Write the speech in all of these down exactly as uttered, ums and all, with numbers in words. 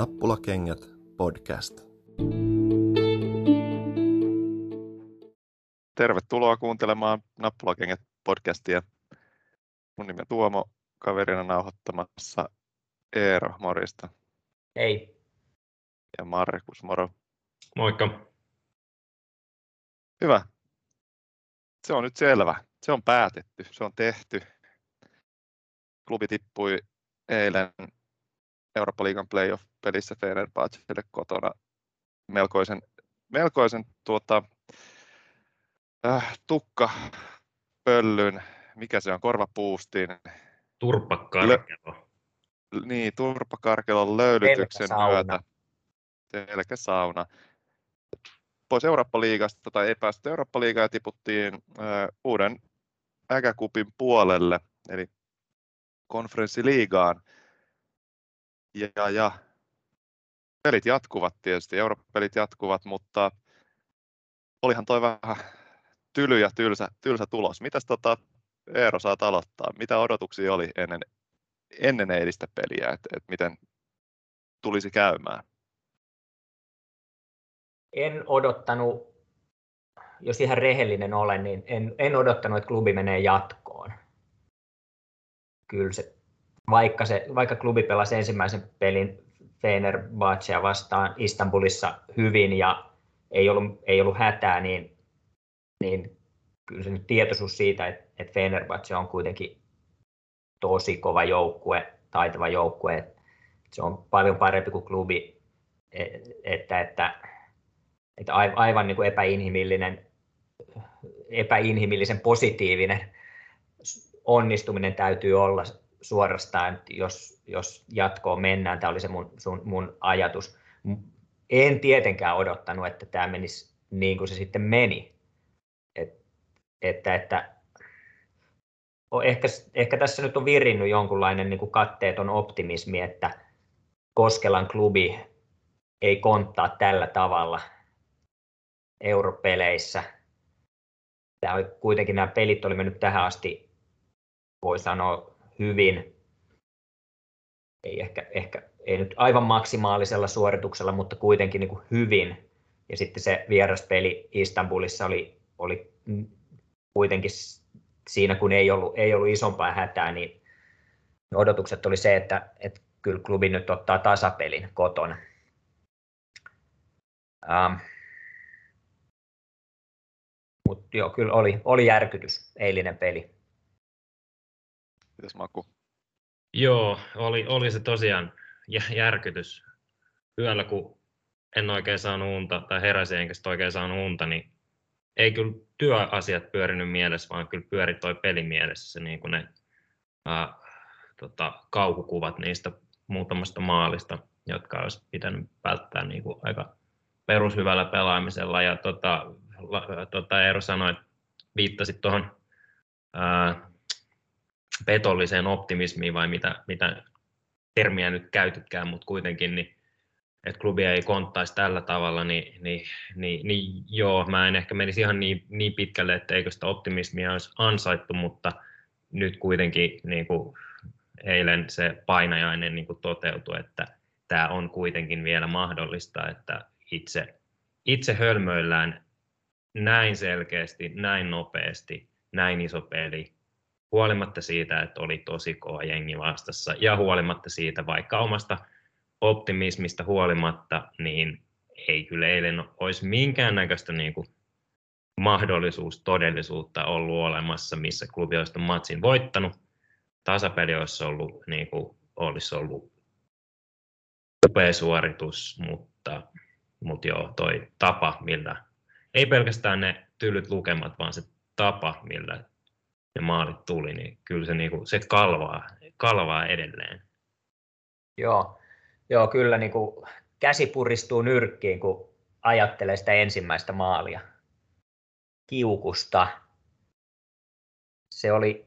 Nappulakengät podcast. Tervetuloa kuuntelemaan Nappulakengät podcastia. Mun nimi on Tuomo, kaverina nauhoittamassa Eero, morjesta. Hei. Ja Markus, moro. Moikka. Hyvä. Se on nyt selvä. Se on päätetty. Se on tehty. Klubi tippui eilen Eurooppa-liigan playoff-pelissä Fenerbahcelle kotona melkoisen, melkoisen tuota, äh, tukkapöllyn, mikä se on, korvapuustin. Turppakarkelo. Lö, niin, turppakarkelon löylytyksen myötä. Selkäsauna. Pois Eurooppa-liigasta tai ei päästy Eurooppa-liigaan ja tiputtiin äh, uuden äkäkupin puolelle, eli konferenssiliigaan. Ja, ja pelit jatkuvat tietysti, Eurooppa-pelit jatkuvat, mutta olihan toi vähän tyly ja tylsä, tylsä tulos. Mitäs tota, Eero, saat aloittaa? Mitä odotuksia oli ennen, ennen eilistä peliä, että et miten tulisi käymään? En odottanut, jos ihan rehellinen olen, niin en, en odottanut, että klubi menee jatkoon. Kyllä se, vaikka, se, vaikka klubi pelasi ensimmäisen pelin Fenerbahcea vastaan Istanbulissa hyvin ja ei ollut, ei ollut hätää, niin, niin kyllä se nyt tietoisuus siitä, että, että Fenerbahce on kuitenkin tosi kova joukkue, taitava joukkue, että se on paljon parempi kuin klubi, että, että, että aivan niin kuin epäinhimillinen, epäinhimillisen positiivinen onnistuminen täytyy olla suorastaan, jos, jos jatkoon mennään. Tämä oli se mun, sun, mun ajatus. En tietenkään odottanut, että tämä menisi niin kuin se sitten meni. Et, että, että, ehkä, ehkä tässä nyt on virinnyt jonkunlainen niin kuin katteeton optimismi, että Koskelan klubi ei konttaa tällä tavalla europeleissä. Tämä oli, kuitenkin nämä pelit oli mennyt tähän asti, voi sanoa, hyvin. Ei ehkä, ehkä ei nyt aivan maksimaalisella suorituksella, mutta kuitenkin niin kuin hyvin. Ja sitten se vieraspeli Istanbulissa oli, oli kuitenkin siinä, kun ei ollut, ei ollut isompaa hätää, niin odotukset oli se, että, että kyllä klubi nyt ottaa tasapelin kotona. Um, Mutta joo, kyllä oli, oli järkytys eilinen peli. Mitäs Maku? Joo, oli, oli se tosiaan järkytys. Yöllä, kun en oikein saanut unta, tai heräsin enkä sit oikein saanut unta, niin ei kyllä työasiat pyörinyt mielessä, vaan kyllä pyöri toi peli mielessä. Se, niin kuin ne ää, tota, kauhukuvat niistä muutamasta maalista, jotka olisi pitänyt välttää niin kuin aika perushyvällä pelaamisella. Ja tota, la, tota Eero sanoi, että viittasit tuohon petolliseen optimismiin vai mitä, mitä termiä nyt käytytkään, mutta kuitenkin, niin, että klubia ei konttaisi tällä tavalla, niin, niin, niin, niin joo, mä en ehkä menisi ihan niin, niin pitkälle, että eikö sitä optimismia olisi ansaittu, mutta nyt kuitenkin niin kuin eilen se painajainen niin kuin toteutui, että tämä on kuitenkin vielä mahdollista, että itse, itse hölmöillään näin selkeästi, näin nopeasti, näin iso peli, huolimatta siitä, että oli tosi kova jengi vastassa ja huolimatta siitä, vaikka omasta optimismista huolimatta, niin ei kyllä eilen olisi minkäännäköistä niin kuin mahdollisuus, todellisuutta ollut olemassa, missä klubi olisi matsin voittanut. Tasapeli olisi ollut, niin kuin, olisi ollut upea suoritus, mutta, mutta joo, toi tapa, millä, ei pelkästään ne tylyt lukemat, vaan se tapa, millä ne maalit tuli, niin kyllä se, niin kuin, se kalvaa, kalvaa edelleen. Joo, joo kyllä niin kuin käsi puristuu nyrkkiin, kun ajattelee sitä ensimmäistä maalia. Kiukusta. Se oli,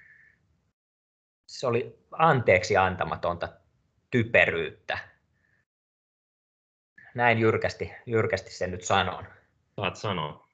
se oli anteeksi antamatonta typeryyttä. Näin jyrkästi, jyrkästi sen nyt sanon. Saat sanoa.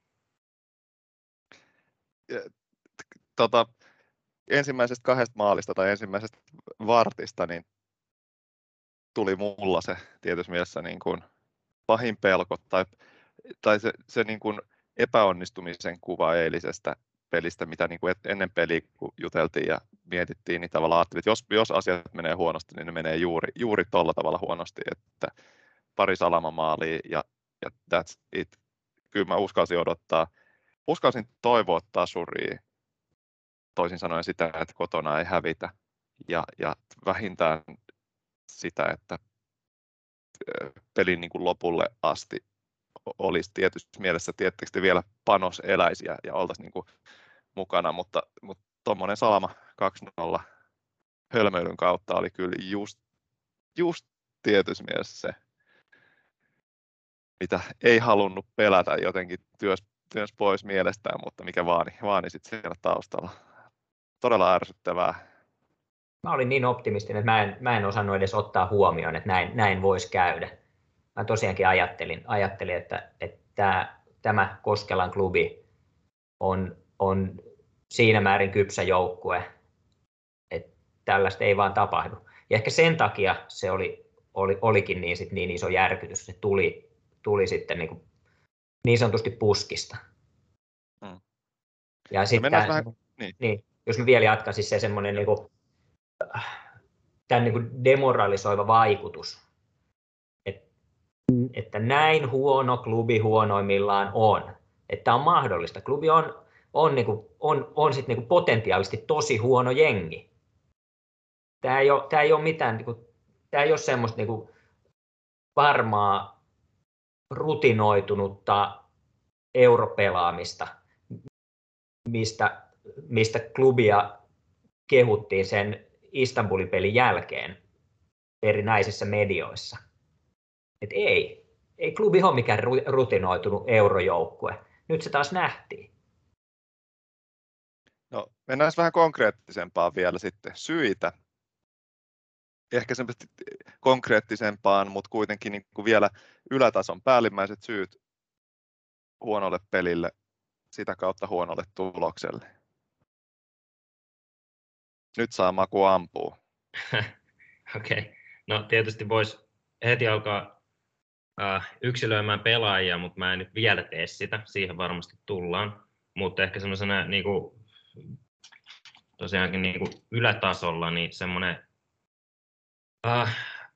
Tota, ensimmäisestä kahdesta maalista tai ensimmäisestä vartista, niin tuli mulla se tietysti mielessä niin kuin pahin pelko tai, tai se, se niin kuin epäonnistumisen kuva eilisestä pelistä, mitä niin kuin ennen peliä kun juteltiin ja mietittiin, niin tavallaan ajattelin, että jos, jos asiat menee huonosti, niin ne menee juuri, juuri tuolla tavalla huonosti, että pari salamamaalia ja, ja that's it. Kyllä mä uskalsin odottaa, uskalsin toivoa tasuria, toisin sanoen sitä, että kotona ei hävitä ja, ja vähintään sitä, että pelin niin kuin lopulle asti olisi tietysti mielessä tietysti vielä panos eläisi ja, ja oltaisiin niin kuin mukana, mutta, mutta tuommoinen salama kaksi nolla hölmöilyn kautta oli kyllä just, just tietysti mielessä se, mitä ei halunnut pelätä jotenkin työs, työs pois mielestään, mutta mikä vaani, vaani sitten siellä taustalla. Todella ärsyttävää. Mä olin niin optimistinen, että mä en, mä en osannut edes ottaa huomioon, että näin, näin voisi käydä. Mä tosiaankin ajattelin, ajattelin että, että tämä Koskelan klubi on, on siinä määrin kypsä joukkue, että tällaista ei vaan tapahdu. Ja ehkä sen takia se oli, oli, olikin niin, sit niin iso järkytys, se tuli, tuli sitten niin, kuin niin sanotusti puskista. Hmm. Ja sitten, vähän, niin. Niin, jos mä vielä jatkan, siis se semmoinen niin kuin, tämän niin kuin demoralisoiva vaikutus, että, että näin huono klubi huonoimmillaan on, että on mahdollista. Klubi on, on, niin kuin, on, on sit niin kuin potentiaalisesti tosi huono jengi. Tämä ei ole, tämä ei ole mitään, niin kuin, tämä ei ole semmoista niin kuin varmaa rutinoitunutta europelaamista, mistä, mistä klubia kehuttiin sen Istanbulin pelin jälkeen erinäisissä medioissa. Et ei, ei klubi ole mikään rutinoitunut eurojoukkue. Nyt se taas nähtiin. No, mennään vähän konkreettisempaan vielä sitten. Syitä. Ehkä semmoisesti konkreettisempaan, mutta kuitenkin niin kuin vielä ylätason päällimmäiset syyt huonolle pelille, sitä kautta huonolle tulokselle. Nyt saa maku ampua. Okei. Okay. No tietysti voisi heti alkaa äh, yksilöimään pelaajia, mutta mä en nyt vielä tee sitä. Siihen varmasti tullaan. Mutta ehkä semmoisena niin kuin, tosiaankin niin kuin ylätasolla niin semmoinen äh,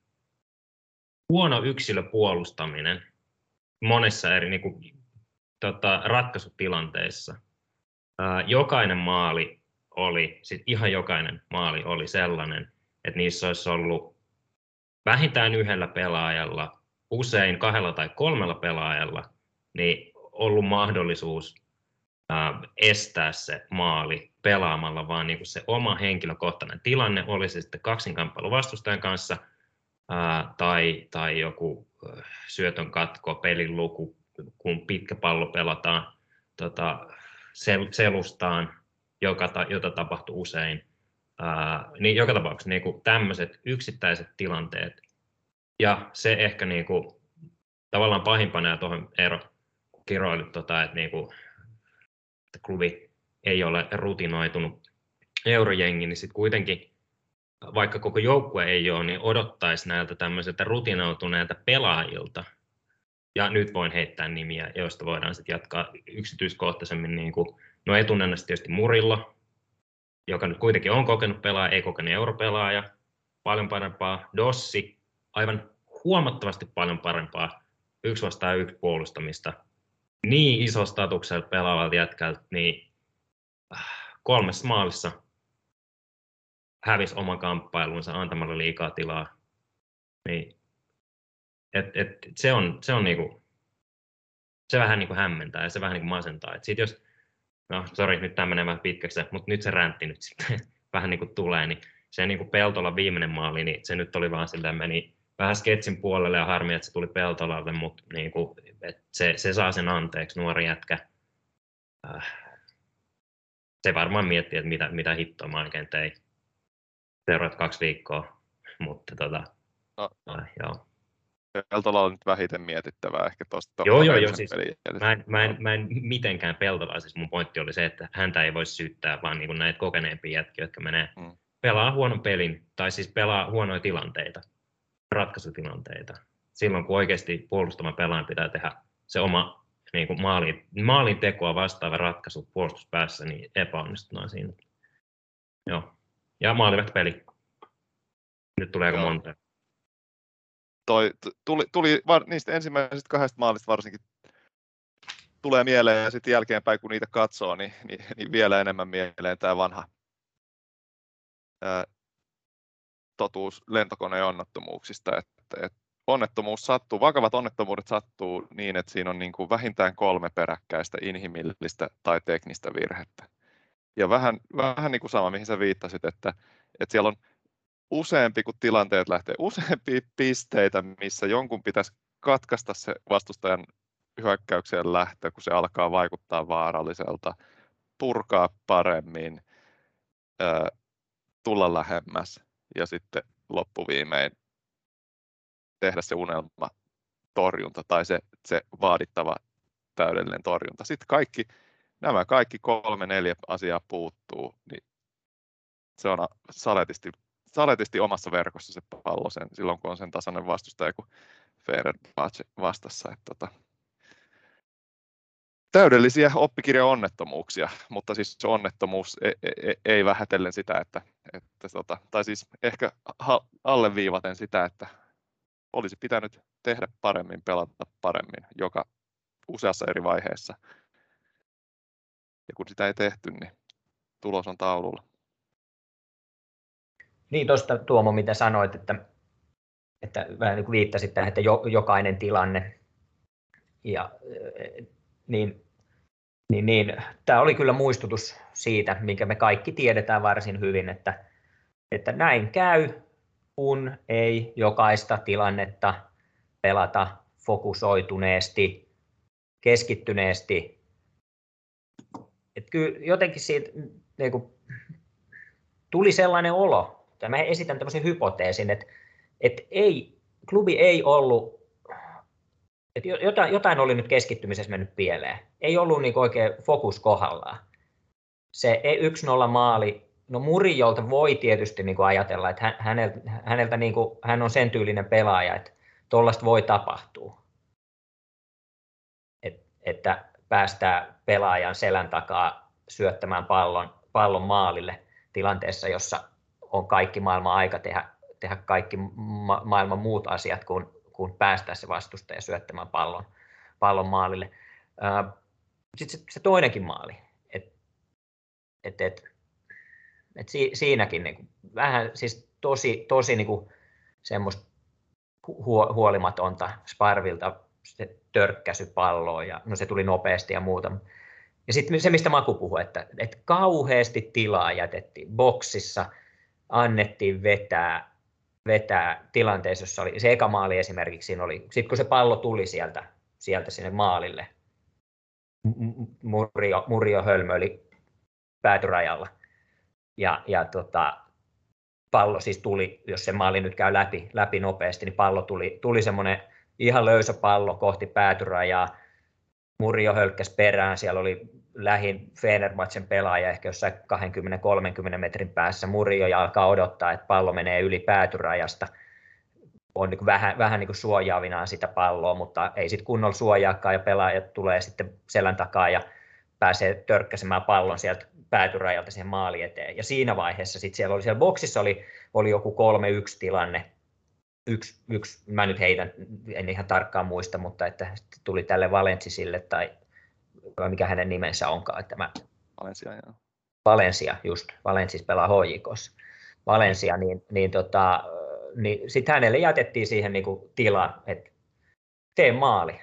huono yksilöpuolustaminen monessa eri niin kuin, tota, ratkaisutilanteissa. Äh, jokainen maali oli, sit ihan jokainen maali oli sellainen, että niissä olisi ollut vähintään yhdellä pelaajalla, usein kahdella tai kolmella pelaajalla, niin ollut mahdollisuus ää, estää se maali pelaamalla, vaan niin kuin se oma henkilökohtainen tilanne, oli se sitten kaksinkamppailu vastustajan kanssa ää, tai, tai joku ää, syötön katko, pelin luku, kun pitkä pallo pelataan tota, sel, selustaan, joka, jota tapahtuu usein. Ää, niin joka tapauksessa niin kuin tämmöiset yksittäiset tilanteet. Ja se ehkä niin kuin, tavallaan pahimpana ja tuohon Eero kiroilit, tota, että, niin kuin, että klubi ei ole rutinoitunut eurojengi, niin sitten kuitenkin, vaikka koko joukkue ei ole, niin odottaisi näiltä tämmöisiltä rutinoituneilta pelaajilta. Ja nyt voin heittää nimiä, joista voidaan sitten jatkaa yksityiskohtaisemmin. Niin kuin, no etunenässä tietysti Murillo, joka nyt kuitenkin on kokenut pelaaja, ei kokenut europelaaja, paljon parempaa. Dossi, aivan huomattavasti paljon parempaa yksi vastaan yksi puolustamista. Niin iso statuksella pelaavalta jätkältä, niin kolmessa maalissa hävisi oman kamppailunsa antamalla liikaa tilaa. Niin, et, et, se on, se on niinku, se vähän niinku hämmentää ja se vähän niinku masentaa. Et sit jos, no sori, nyt tämä menee vähän pitkäksi, mutta nyt se räntti nyt sitten vähän niinku tulee, niin se niinku Peltolan viimeinen maali, niin se nyt oli vaan silleen, meni vähän sketsin puolelle ja harmi, että se tuli Peltolalle, mutta niinku, se, se saa sen anteeksi, nuori jätkä. Äh, se varmaan miettii, että mitä, mitä hittoa mä oikein tein seuraavat kaksi viikkoa, mutta tota, no, no. Äh, joo. Peltola on nyt vähiten mietittävää ehkä tuosta. Joo, joo, joo. Siis, mä, en, mä, en, mä en mitenkään Peltolaa, siis mun pointti oli se, että häntä ei voi syyttää, vaan niin näitä kokeneempia jätkiä, jotka menee mm. pelaa huonon pelin, tai siis pelaa huonoja tilanteita. ratkaisutilanteita. Silloin kun oikeasti puolustama pelaajan pitää tehdä se oma niin kuin maalin, maalin tekoa vastaava ratkaisu puolustuspäässä, niin epäonnistutaan siinä. Joo. Ja maalivahtipeli. Nyt tulee aika monta. Toi, tuli, tuli var, niistä ensimmäisistä kahdesta maalista varsinkin tulee mieleen, ja sitten jälkeenpäin kun niitä katsoo, niin, niin, niin vielä enemmän mieleen tämä vanha ää, totuus lentokoneen onnettomuuksista, että, että onnettomuus sattuu, vakavat onnettomuudet sattuu niin, että siinä on niin kuin vähintään kolme peräkkäistä inhimillistä tai teknistä virhettä. Ja vähän, vähän niin kuin sama, mihin sä viittasit, että, että siellä on useampi, kun tilanteet lähtee, useampia pisteitä, missä jonkun pitäisi katkaista se vastustajan hyökkäykseen lähtö, kun se alkaa vaikuttaa vaaralliselta, purkaa paremmin, ää, tulla lähemmäs ja sitten loppuviimein tehdä se unelmatorjunta tai se, se vaadittava täydellinen torjunta. Sitten kaikki, nämä kaikki kolme, neljä asiaa puuttuu, niin se on saletisti, saletisti omassa verkossa se pallo sen, silloin, kun on sen tasainen vastustaja kuin Fenerbahce vastassa. Että, tota, täydellisiä oppikirjan onnettomuuksia, mutta siis se onnettomuus ei, ei, ei vähätellen sitä, että, että tota, tai siis ehkä alleviivaten sitä, että olisi pitänyt tehdä paremmin, pelata paremmin joka useassa eri vaiheessa. Ja kun sitä ei tehty, niin tulos on taululla. Niin tuosta Tuomo, mitä sanoit, että, että vähän niin kuin viittasit tähän, että jo, jokainen tilanne. Ja, niin, niin, niin, tämä oli kyllä muistutus siitä, minkä me kaikki tiedetään varsin hyvin, että, että näin käy, kun ei jokaista tilannetta pelata fokusoituneesti, keskittyneesti. Et kyllä jotenkin siitä niin kuin, tuli sellainen olo, että mä esitän tämmöisen hypoteesin, että, että ei, klubi ei ollut, että jotain, jotain oli nyt keskittymisessä mennyt pieleen. Ei ollut niin oikein fokus kohdallaan. Se yksi nolla maali, no Murillolta voi tietysti niin kuin ajatella, että häneltä, häneltä niin kuin, hän on sen tyylinen pelaaja, että tuollaista voi tapahtua. Et, että päästää pelaajan selän takaa syöttämään pallon, pallon maalille tilanteessa, jossa on kaikki maailman aika tehdä, tehdä kaikki ma- maailman muut asiat, kun, kun päästää se vastustaja syöttämään pallon, pallon maalille. Sitten se, se toinenkin maali. Et, et, et, et si, siinäkin niin vähän siis tosi, tosi niin kuin semmoista hu, huolimatonta Sparvilta se törkkäsy palloon, ja no se tuli nopeasti ja muuta. Ja sitten se, mistä Maku puhui, että, että kauheasti tilaa jätettiin boksissa, annettiin vetää, vetää tilanteessa, jossa oli se eka maali esimerkiksi, siinä oli, sitten kun se pallo tuli sieltä, sieltä sinne maalille, Murio, Murio hölmöili päätyrajalla, ja, ja tota, pallo siis tuli, jos se maali nyt käy läpi, läpi nopeasti, niin pallo tuli, tuli semmoinen ihan löysä pallo kohti päätyrajaa, Murio hölkkäsi perään, siellä oli lähin Fenerbahcen pelaaja ehkä jossain kaksikymmentä kolmekymmentä metrin päässä. Murio ja alkaa odottaa, että pallo menee yli päätyrajasta. On niin kuin vähän, vähän niin kuin suojaavinaan sitä palloa, mutta ei sitten kunnolla suojaakaan, ja pelaajat tulee sitten selän takaa ja pääsee törkkäsemään pallon sieltä päätyrajalta siihen maali eteen. Ja siinä vaiheessa sitten siellä oli siellä boksissa oli, oli joku kolme yksi tilanne. Yksi, yksi, mä nyt heitän, en ihan tarkkaan muista, mutta että tuli tälle Valencisille, tai mikä hänen nimensä onkaan. Että mä, Valencia, joo. Valencia, just. Valencis pelaa H J K:ssa. Valencia, niin, niin, tota, niin sitten hänelle jätettiin siihen niinku tila, että tee maali.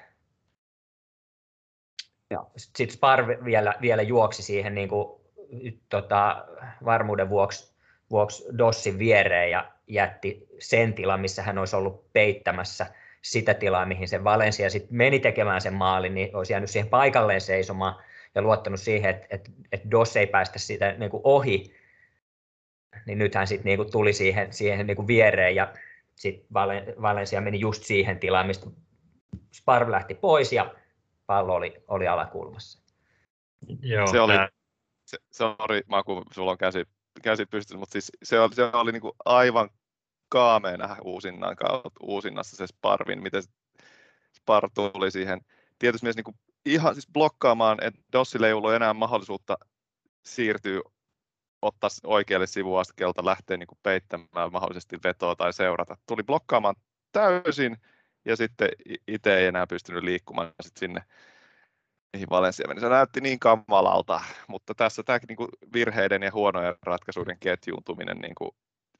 Sitten Spar vielä, vielä juoksi siihen niinku, tota, varmuuden vuoksi, vuoksi Dossin viereen ja jätti sen tilan, missä hän olisi ollut peittämässä sitä tilaa, mihin se Valencia sitten meni tekemään sen maalin, niin olisi jäänyt siihen paikalleen seisomaan ja luottanut siihen, että, että, että Doss ei päästä siitä niin kuin ohi, niin nyt hän sitten niin kuin tuli siihen, siihen niin kuin viereen, ja sitten Valencia meni just siihen tilaan, mistä Spar lähti pois ja pallo oli, oli alakulmassa. Joo, se oli, tää... se, sorry Maku, sulla on käsi, käsi pystyssä, mutta siis se oli, se oli niin kuin aivan kaamea nähdä uusinnan kautta, uusinnassa se Sparvin, miten Spar tuli siihen tietysti myös niin kuin ihan siis blokkaamaan, että Dossille ei ollut enää mahdollisuutta siirtyä, ottaa oikealle sivuaskelta, lähteä niin kuin peittämään mahdollisesti vetoa tai seurata. Tuli blokkaamaan täysin ja sitten itse ei enää pystynyt liikkumaan sit sinne, mihin Valencia meni. Se näytti niin kamalalta, mutta tässä tämä niin kuin virheiden ja huonojen ratkaisuiden ketjuuntuminen, niin kuin,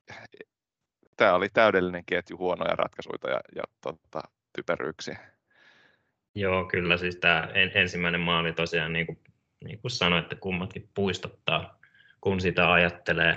tämä oli täydellinen ketju huonoja ratkaisuja ja, ja tota, typeryyksiä. Joo, kyllä siis tämä ensimmäinen maali tosiaan, niin kuin, niin kuin sanoitte, kummatkin puistottaa, kun sitä ajattelee.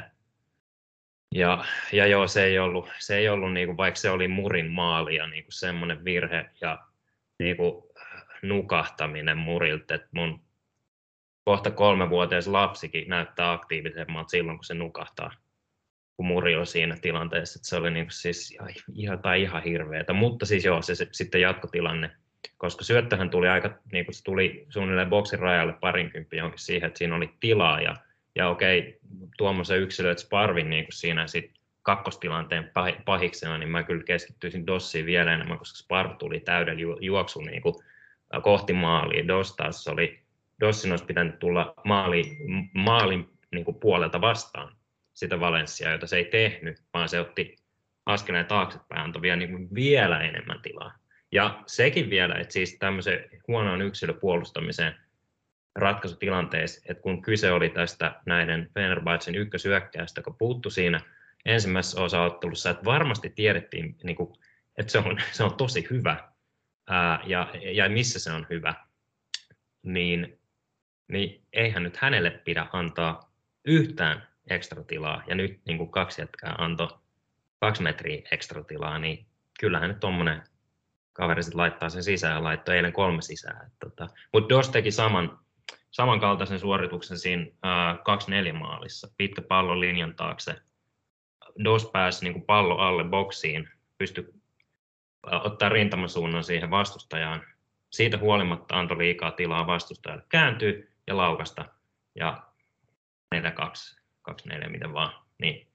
Ja, ja joo, se ei ollut, se ei ollut niin kuin, vaikka se oli Murin maali ja niin kuin semmoinen virhe ja niin kuin, nukahtaminen Murilta, että mun kohta kolmevuotias lapsikin näyttää aktiivisemmalta silloin, kun se nukahtaa, kun Muri on siinä tilanteessa, että se oli niin kuin, siis ihan, tai ihan hirveätä, mutta siis joo, se, se sitten jatkotilanne, koska syöttöhän tuli aika, niin kuin se tuli suunnilleen boksin rajalle parinkymppiä johonkin siihen, että siinä oli tilaa ja Ja okei, tuommoisen yksilöt Sparvin niin siinä sit kakkostilanteen pahiksena, niin mä kyllä keskittyisin Dossiin vielä enemmän, koska Sparv tuli täyden juoksun niin kohti maalia. Doss taas oli, Dossin olisi pitänyt tulla maali, maalin niin puolelta vastaan sitä Valenciaa, jota se ei tehnyt, vaan se otti askeleen taaksepäin, antoi vielä, niin vielä enemmän tilaa. Ja sekin vielä, että siis tämmöisen huonoon yksilöpuolustamiseen ratkaisutilanteessa, että kun kyse oli tästä näiden Fenerbahcen ykkösyökkäästä, joka puuttui siinä ensimmäisessä osaottelussa, että varmasti tiedettiin, niin kuin, että se on, se on tosi hyvä ää, ja, ja missä se on hyvä, niin, niin eihän nyt hänelle pidä antaa yhtään ekstra tilaa, ja nyt niin kuin kaksi jätkää antoi kaksi metriä ekstra tilaa, niin kyllähän nyt tuommoinen kaveri sitten laittaa sen sisään ja laittoi eilen kolme sisään. Tota, mutta Doss teki saman, samankaltaisen suorituksen siinä kaksi neljä maalissa, pitkä pallo linjan taakse. Doss pääsi niin kuin pallo alle boksiin, pystyi ottaa rintamasuunnan siihen vastustajaan. Siitä huolimatta antoi liikaa tilaa vastustajalle kääntyä ja laukasta. Ja neljä kaksi, kaksi neljä, miten vaan. Niin.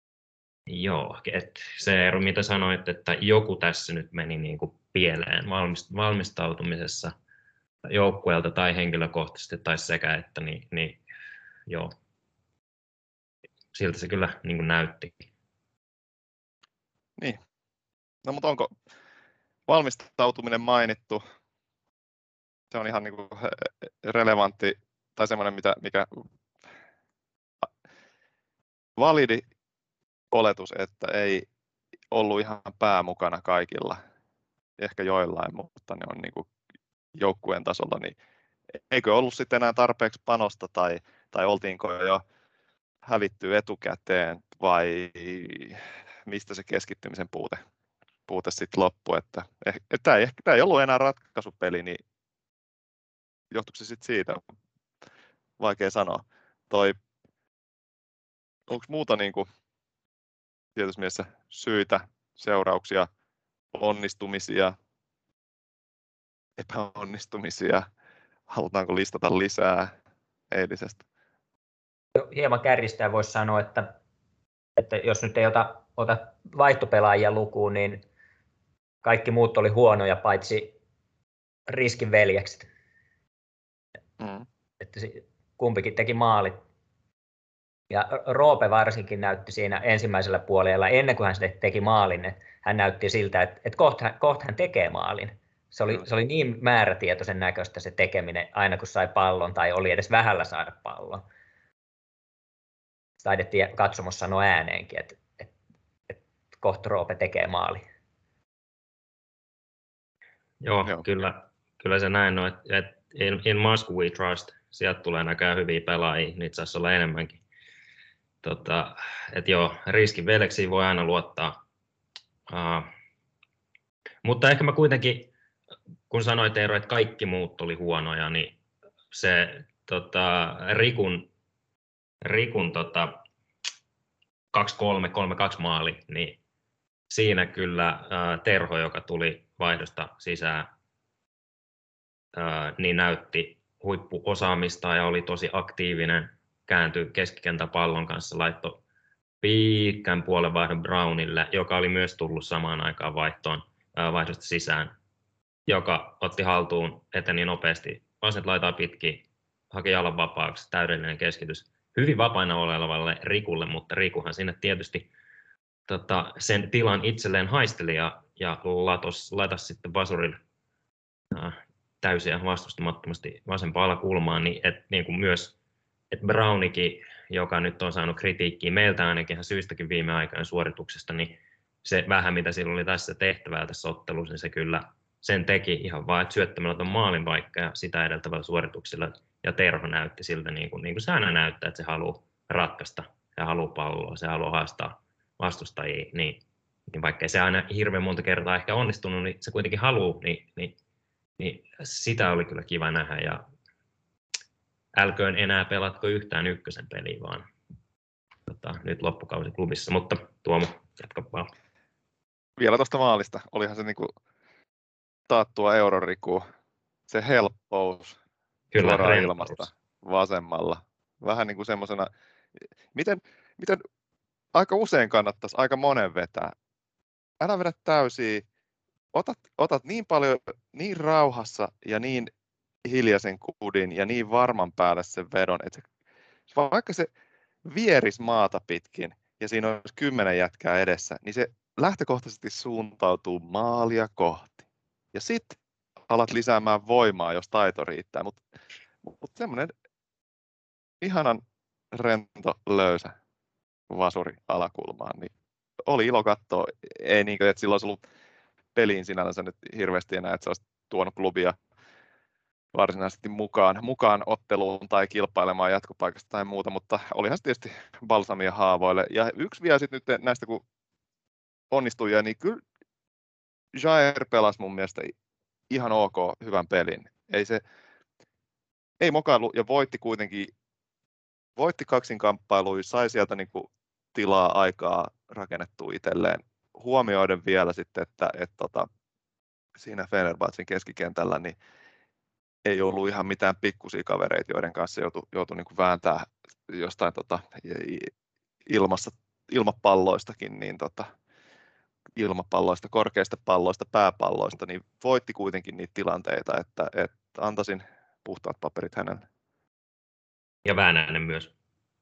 Joo, et se ero, mitä sanoit, että joku tässä nyt meni niin kuin pieleen valmistautumisessa joukkueelta tai henkilökohtaisesti tai sekä, että niin, niin joo, siltä se kyllä niin kuin näytti. Niin, no mutta onko valmistautuminen mainittu? Se on ihan niin kuin relevantti tai semmoinen, mitä, mikä validi oletus, että ei ollut ihan pää mukana kaikilla, ehkä joillain, mutta ne on niin kuin joukkueen tasolla, niin eikö ollut sitten enää tarpeeksi panosta tai, tai oltiinko jo hävitty etukäteen vai mistä se keskittymisen puute, puute sitten loppui, että, että tämä, ei, tämä ei ollut enää ratkaisupeli, niin johtuiko se sitten siitä? Vaikea sanoa. Toi, onko muuta niin kuin tietysti mielessä syitä, seurauksia, onnistumisia, epäonnistumisia? Halutaanko listata lisää eilisestä? Hieman kärjistää voisi sanoa, että, että jos nyt ei ota, ota vaihtopelaajia lukuun, niin kaikki muut oli huonoja, paitsi Riskin veljekset. Mm. Että kumpikin teki maalit. Ja Roope varsinkin näytti siinä ensimmäisellä puolella, ennen kuin hän teki maalin, että hän näytti siltä, että, että kohta, kohta hän tekee maalin. Se oli, se oli niin määrätietoisen näköistä se tekeminen, aina kun sai pallon tai oli edes vähällä saada pallon. Taidettiin katsomossa sanoa ääneenkin, että, että, että kohta Roope tekee maali. Joo, Joo. Kyllä, kyllä se näin on, että, että in, in Moscow we trust. Sieltä tulee näköjään hyviä pelaajia, niitä saisi olla enemmänkin. Tota, että joo, Riskin veljeksiin voi aina luottaa. Uh, mutta ehkä mä kuitenkin, kun sanoit Eero, että kaikki muut oli huonoja, niin se tota, Rikun, Rikun tota, kaksi kolme, kolme kaksi maali, niin siinä kyllä uh, Terho, joka tuli vaihdosta sisään, uh, niin näytti huippuosaamista ja oli tosi aktiivinen, kääntyi keskikentän pallon kanssa, laittoi pitkän puolenvaihdon Brownille, joka oli myös tullut samaan aikaan vaihtoon, vaihdosta sisään, joka otti haltuun, eteni nopeasti, vaset laitaa pitkin, haki jalan vapaaksi, täydellinen keskitys. Hyvin vapaina olevalle Rikulle, mutta Rikuhan sinne tietysti tota, sen tilan itselleen haisteli ja, ja latos, laitasi sitten vasurille äh, täysiä vastustamattomasti vasempaan alakulmaan, niin, et, niin kuin myös et Brownikin, joka nyt on saanut kritiikkiä meiltä ainakin ihan syystäkin viime aikojen suorituksesta, niin se vähän mitä sillä oli tässä tehtävää tässä ottelussa, niin se kyllä sen teki ihan vaan, että syöttämällä tuon maalin vaikka ja sitä edeltävällä suorituksella. Ja Terho näytti siltä, niin kuin, niin kuin se aina näyttää, että se haluaa ratkaista, se haluaa palloa, se haluaa haastaa vastustajia, niin, niin vaikka se aina hirveän monta kertaa ehkä onnistunut, niin se kuitenkin haluaa, niin, niin, niin sitä oli kyllä kiva nähdä. Ja älköön enää pelatko yhtään ykkösen peliä, vaan tota, nyt loppukausi klubissa, mutta Tuomo, jatka vaan. Vielä tuosta maalista, olihan se niinku taattua eurorikua, se helppous Kyllä, suoraan rentous. ilmasta vasemmalla. Vähän niin kuin semmoisena, miten, miten aika usein kannattaisi aika monen vetää. Älä vedä täysiä, otat, otat niin paljon, niin rauhassa ja niin hiljaisen kudin ja niin varman päälle sen vedon, että se, vaikka se vieris maata pitkin ja siinä olisi kymmenen jätkää edessä, niin se lähtökohtaisesti suuntautuu maalia kohti. Ja sitten alat lisäämään voimaa, jos taito riittää, mutta mut semmoinen ihanan rento, löysä vasuri alakulmaan, niin oli ilo katsoa. Ei niin kuin, että sillä olisi ollut peliin sinänsä nyt hirveästi enää, että se olisi tuonut klubia varsinaisesti mukaan, mukaan otteluun tai kilpailemaan jatkopaikasta tai muuta, mutta olihan se tietysti balsamia haavoille. Ja yksi vielä sitten nyt näistä, kun onnistui, niin kyllä Jair pelasi mun mielestä ihan ok hyvän pelin. Ei se, ei mokailu ja voitti kuitenkin, voitti kaksinkamppailuja, sai sieltä niin kuin tilaa aikaa rakennettua itselleen. Huomioiden vielä sitten, että, että, että siinä Fenerbahcen keskikentällä niin ei ollut ihan mitään pikkusia kavereita, joiden kanssa joutui, joutui niin kuin vääntää jostain tota, ilmassa, ilmapalloistakin, niin tota, ilmapalloista, korkeista palloista, pääpalloista, niin voitti kuitenkin niitä tilanteita, että, että antaisin puhtaat paperit hänelle. Ja Väänänen myös.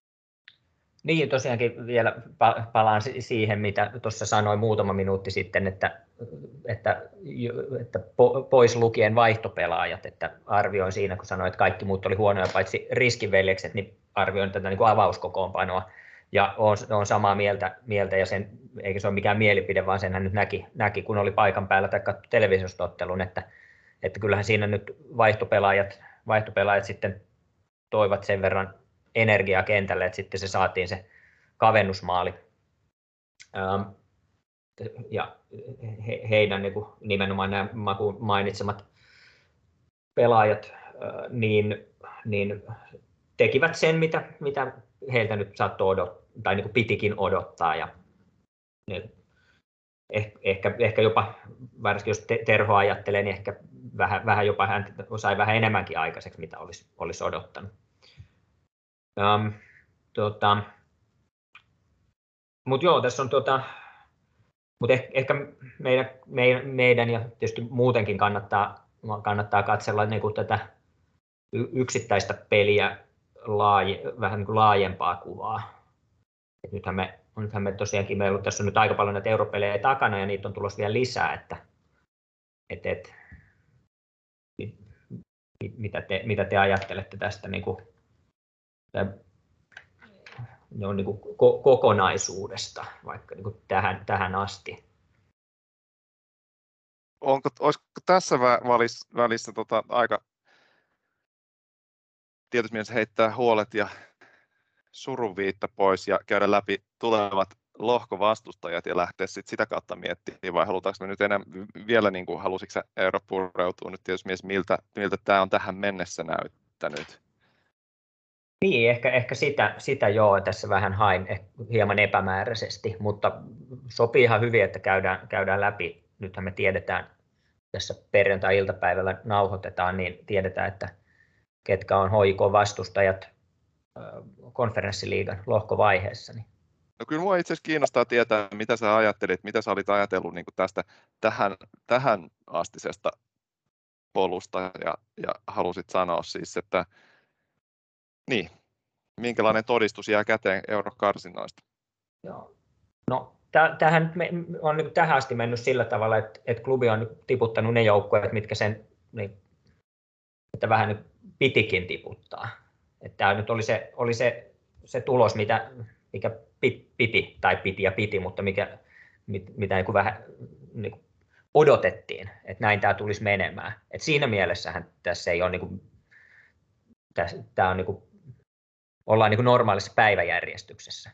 Niin, tosiaankin vielä palaan siihen, mitä tuossa sanoin muutama minuutti sitten, että, että, että pois lukien vaihtopelaajat, että arvioin siinä, kun sanoin, että kaikki muut oli huonoja, paitsi riskinveljekset, niin arvioin tätä niin kuin avauskokoonpanoa. Ja olen samaa mieltä, mieltä ja sen, eikä se ole mikään mielipide, vaan senhän nyt näki, näki kun oli paikan päällä tai katsoi televisiosta ottelun, että, että kyllähän siinä nyt vaihtopelaajat, vaihtopelaajat sitten toivat sen verran energiaa kentälle, että sitten se saatiin se kavennusmaali. Ja he, heidän niin kuin nimenomaan nämä mainitsemat pelaajat niin, niin tekivät sen, mitä, mitä heiltä nyt saattoi odottaa, tai niin kuin pitikin odottaa. Ja ehkä, ehkä jopa, varsinkin jos Terho ajattelee, niin ehkä vähän, vähän jopa hän sai vähän enemmänkin aikaiseksi, mitä olisi, olisi odottanut. Um, tota, mutta joo, tässä on tota, mut ehkä, ehkä meidän, meidän, meidän ja tietysti muutenkin kannattaa, kannattaa katsella niin kuin tätä yksittäistä peliä laaje, vähän niin kuin laajempaa kuvaa. Et nythän, me, nythän me tosiaankin, meillä on tässä on nyt aika paljon näitä europelejä takana ja niitä on tulossa vielä lisää, että et, et, mitä, te, mitä te ajattelette tästä niin kuin, ne on niin kuin ko- kokonaisuudesta vaikka niin kuin tähän, tähän asti. Onko, olisiko tässä välissä, välissä tota, aika tietysti mielessä heittää huolet ja surunviitta pois ja käydä läpi tulevat lohkovastustajat ja lähteä sit sitä kautta miettimään, vai halutaanko me nyt enää vielä, niin kuin halusitko sä Eero pureutua nyt tietysti mielessä, miltä, miltä tämä on tähän mennessä näyttänyt? Niin, ehkä, ehkä sitä, sitä joo, tässä vähän hain hieman epämääräisesti, mutta sopii ihan hyvin, että käydään, käydään läpi. Nythän me tiedetään, tässä perjantai-iltapäivällä nauhoitetaan, niin tiedetään, että ketkä on H J K-vastustajat konferenssiliigan lohkovaiheessa. Niin No kyllä mua itse asiassa kiinnostaa tietää, mitä sä ajattelit, mitä sä olit ajatellut niin kuin tästä tähän, tähän astisesta polusta ja, ja halusit sanoa siis, että niin, minkälainen todistus jää käteen eurokarsinnoista? Joo. No, tämähän on niin tähän asti mennyt sillä tavalla, että, että klubi on tiputtanut ne joukkueet, mitkä sen niin, että vähän nyt pitikin tiputtaa. Että tämä nyt oli se, oli se, se tulos, mitä, mikä piti, tai piti ja piti, mutta mikä, mit, mitä niin kuin vähän niin kuin odotettiin, että näin tämä tulisi menemään. Et siinä mielessähän tässä ei ole, niin kuin, tässä, tämä on niin kuin, ollaan niin kuin normaalissa päiväjärjestyksessä.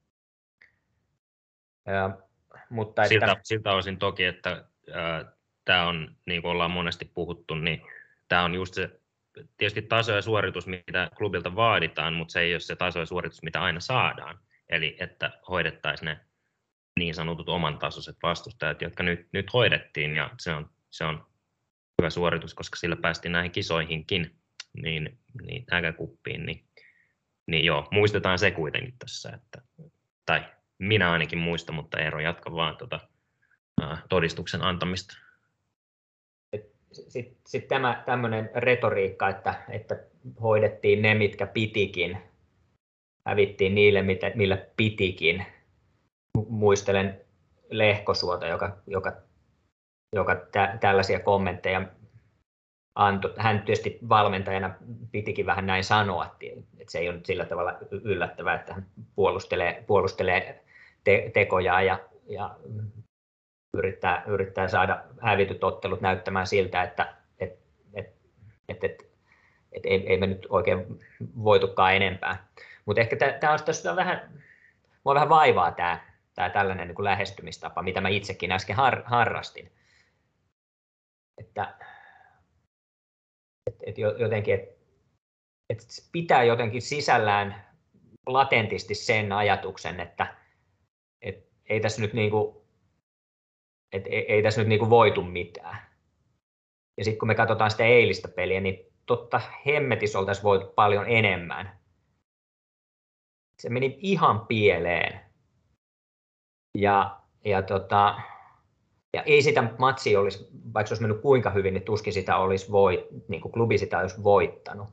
Ö, mutta siltä, että, siltä osin toki, että ää, tämä on, niin kuin ollaan monesti puhuttu, niin tämä on just se tietysti taso ja suoritus, mitä klubilta vaaditaan, mutta se ei ole se taso ja suoritus, mitä aina saadaan. Eli että hoidettaisiin ne niin sanotut oman tasoiset vastustajat, jotka nyt, nyt hoidettiin, ja se on, se on hyvä suoritus, koska sillä päästiin näihin kisoihinkin, niin, niin äkäkuppiin, niin, niin joo, muistetaan se kuitenkin tässä, että, tai minä ainakin muistan, mutta Eero, jatka vaan tuota, ää, todistuksen antamista. Sitten sit tämä tämmöinen retoriikka, että, että hoidettiin ne, mitkä pitikin, hävittiin niille, mitä, millä pitikin. Muistelen Lehkosuota, joka, joka, joka tä, tällaisia kommentteja antoi. Hän tietysti valmentajana pitikin vähän näin sanoa, että se ei ole nyt sillä tavalla yllättävää, että hän puolustelee, puolustelee te, tekojaan ja, ja yrittää, yrittää saada hävityt ottelut näyttämään siltä, että et, et, et, et, et ei, ei me nyt oikein voitukaan enempää. Mutta ehkä tämä on tässä vähän, mua vähän vaivaa tämä Tämä tällainen niin kuin lähestymistapa, mitä mä itsekin äsken har, harrastin. Että, et, et jotenkin, et, et pitää jotenkin sisällään latentisti sen ajatuksen, että et ei tässä nyt, niin kuin, et ei, ei tässä nyt niin kuin voitu mitään. Ja sitten kun me katsotaan sitä eilistä peliä, niin totta hemmetissä oltaisiin voitu paljon enemmän. Se meni ihan pieleen. Ja, ja, tota, ja ei sitä matsia olisi, vaikka se olisi mennyt kuinka hyvin, niin tuskin sitä olisi voit, niin kuin klubi sitä olisi voittanut.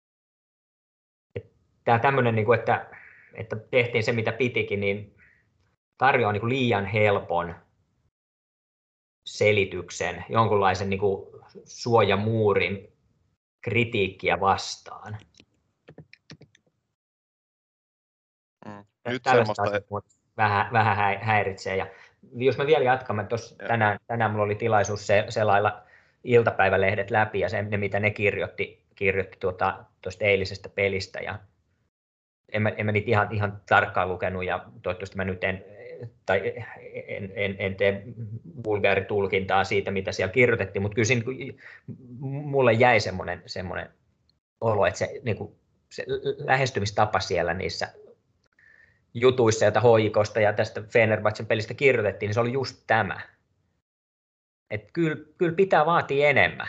Tämä tämmöinen, niin kuin, että, että tehtiin se mitä pitikin, niin tarjoaa niin kuin liian helpon selityksen, jonkunlaisen niin kuin suojamuurin kritiikkiä vastaan. Mm. Nyt Tällaista semmoista... vähän, vähän häiritsee. Ja jos me vielä jatkamme, tuossa tänään, tänään minulla oli tilaisuus se, selailla iltapäivälehdet läpi ja se, ne, mitä ne kirjoitti, kirjoitti tuota, tuosta eilisestä pelistä. Ja en, mä, en mä niitä ihan, ihan tarkkaan lukenut ja toivottavasti mä nyt en, tai en, en, en tee vulgaaritulkintaa siitä, mitä siellä kirjoitettiin, mutta kyllä siinä, mulle jäi semmoinen, semmoinen olo, että se, niin kuin, se lähestymistapa siellä niissä jutuissa, joita H I K:sta ja tästä Fenerbahcen pelistä kirjoitettiin, niin se oli just tämä. Että kyllä, kyllä pitää vaatia enemmän.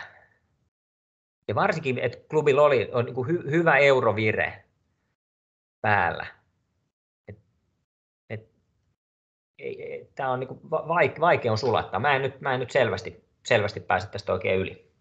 Ja varsinkin, että klubilla oli on niin kuin hy, hyvä eurovire päällä. Et, et, Tämä on niin kuin vaike, vaikea on sulattaa. Mä en nyt, mä en nyt selvästi, selvästi pääse tästä oikein yli.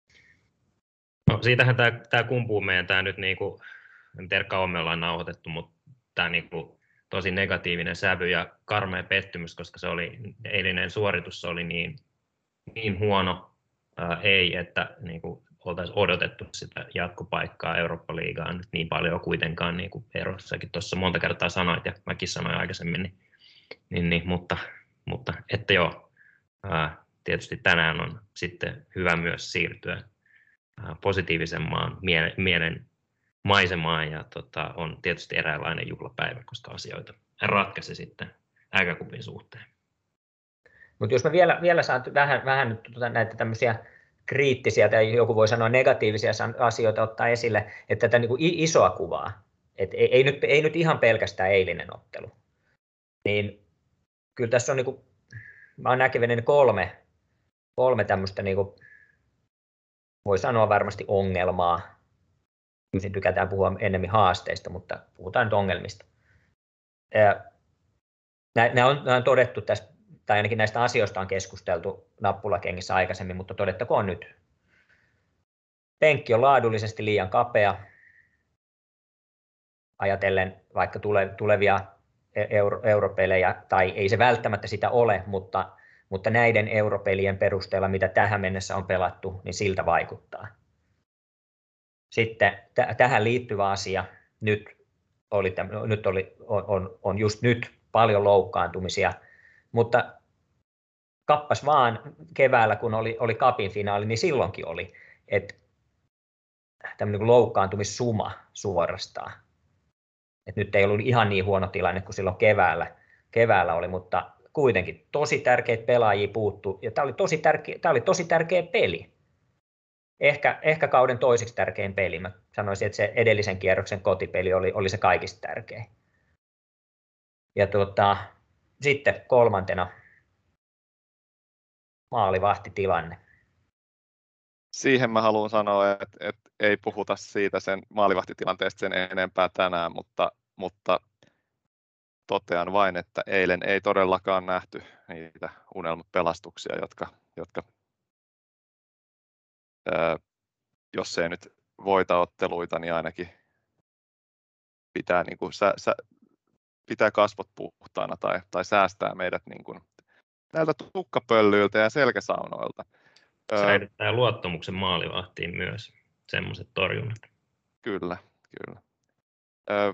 No, siitähän tämä, tämä kumpuu meidän tämä nyt, niin kuin, en tiedä kauan me ollaan nauhoitettu, mutta tämä niin kuin, tosi negatiivinen sävy ja karmea pettymys, koska se oli, eilinen suoritus oli niin, niin huono, ää, ei, että niin kuin, oltaisiin odotettu sitä jatkopaikkaa Eurooppa-liigaan nyt niin paljon kuitenkaan, niin kuin Eerossakin tuossa monta kertaa sanoit ja mäkin sanoin aikaisemmin, niin, niin, niin, mutta, mutta että joo, ää, tietysti tänään on sitten hyvä myös siirtyä ää, positiivisemmaan mielen, mielen maisemaan ja tota, on tietysti eräänlainen juhlapäivä, koska asioita ratkaisi sitten äkäkupin suhteen. Mutta jos mä vielä, vielä saan vähän, vähän nyt tuota näitä tämmöisiä kriittisiä tai joku voi sanoa negatiivisia asioita ottaa esille, että tätä niin kuin isoa kuvaa, että ei, ei, nyt, ei nyt ihan pelkästään eilinen ottelu, niin kyllä tässä on, niin kuin, mä oon näkevinäni kolme, kolme tämmöistä, niin kuin, voi sanoa varmasti ongelmaa. Kyllä tykätään puhua enemmän haasteista, mutta puhutaan nyt ongelmista. Nämä on, nämä on todettu tässä, tai ainakin näistä asioista on keskusteltu nappulakengissä aikaisemmin, mutta todettakoon nyt. Penkki on laadullisesti liian kapea, ajatellen vaikka tule, tulevia euro, europelejä, tai ei se välttämättä sitä ole, mutta, mutta näiden europelien perusteella, mitä tähän mennessä on pelattu, niin siltä vaikuttaa. Sitten t- tähän liittyvä asia, nyt, oli, nyt oli, on, on just nyt paljon loukkaantumisia, mutta kappas vaan keväällä, kun oli, oli Cupin finaali, niin silloinkin oli, että tämmöinen loukkaantumissuma suorastaan. Et nyt ei ollut ihan niin huono tilanne kuin silloin keväällä, keväällä oli, mutta kuitenkin tosi tärkeitä pelaajia puuttu, ja tämä oli tosi tärkeä, tämä oli tosi tärkeä peli. Ehkä, ehkä kauden toiseksi tärkein peli. Mä sanoisin, että se edellisen kierroksen kotipeli oli, oli se kaikista tärkein. Ja tuota, sitten kolmantena maalivahtitilanne. Siihen mä haluan sanoa, että, että ei puhuta siitä sen maalivahtitilanteesta sen enempää tänään, mutta, mutta totean vain, että eilen ei todellakaan nähty niitä unelmapelastuksia, jotka, jotka ää, jos ei nyt voita otteluita, niin ainakin pitää, niin kuin, sä, sä, pitää kasvot puhtaana tai, tai säästää meidät niin kuin, näiltä tukkapöllyiltä ja selkäsaunoilta. Säilyttää luottamuksen maalivahtiin myös, semmoiset torjunnat. Kyllä, kyllä. Ö,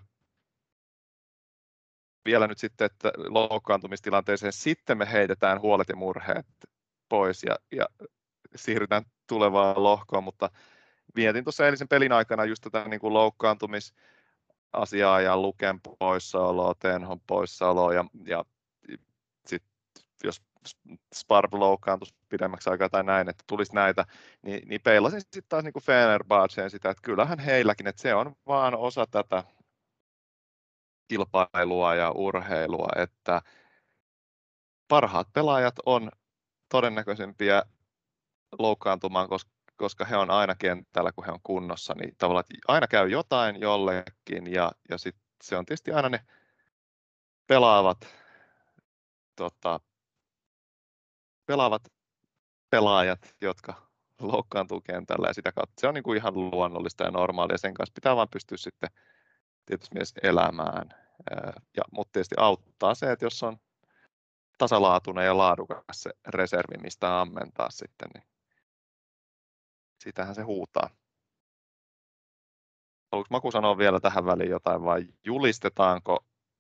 vielä nyt sitten, että loukkaantumistilanteeseen sitten me heitetään huolet ja murheet pois ja, ja siirrytään tulevaan lohkoon, mutta mietin tuossa eilisen pelin aikana just tätä niin kuin loukkaantumisasiaa ja Luken poissaoloa, Tenhon poissaoloa ja, ja sitten jos Sparv loukkaantuisi pidemmäksi aikaa tai näin, että tulisi näitä, niin, niin peilasin sitten taas niin kuin Fenerbahceen sitä, että kyllähän heilläkin, että se on vaan osa tätä kilpailua ja urheilua, että parhaat pelaajat on todennäköisempiä loukkaantumaan, koska, koska he on aina kentällä, kun he on kunnossa, niin tavallaan aina käy jotain jollekin, ja, ja sitten se on tietysti aina ne pelaavat, tota, pelaavat pelaajat, jotka loukkaantuu kentällä, ja sitä kautta se on niin kuin ihan luonnollista ja normaalia, ja sen kanssa pitää vaan pystyä sitten tietysti myös elämään. Ja, mutta tietysti auttaa se, että jos on tasalaatuinen ja laadukas se reservi, mistä ammentaa sitten, niin sitähän se huutaa. Haluatko Maku sanoa vielä tähän väliin jotain, vai julistetaanko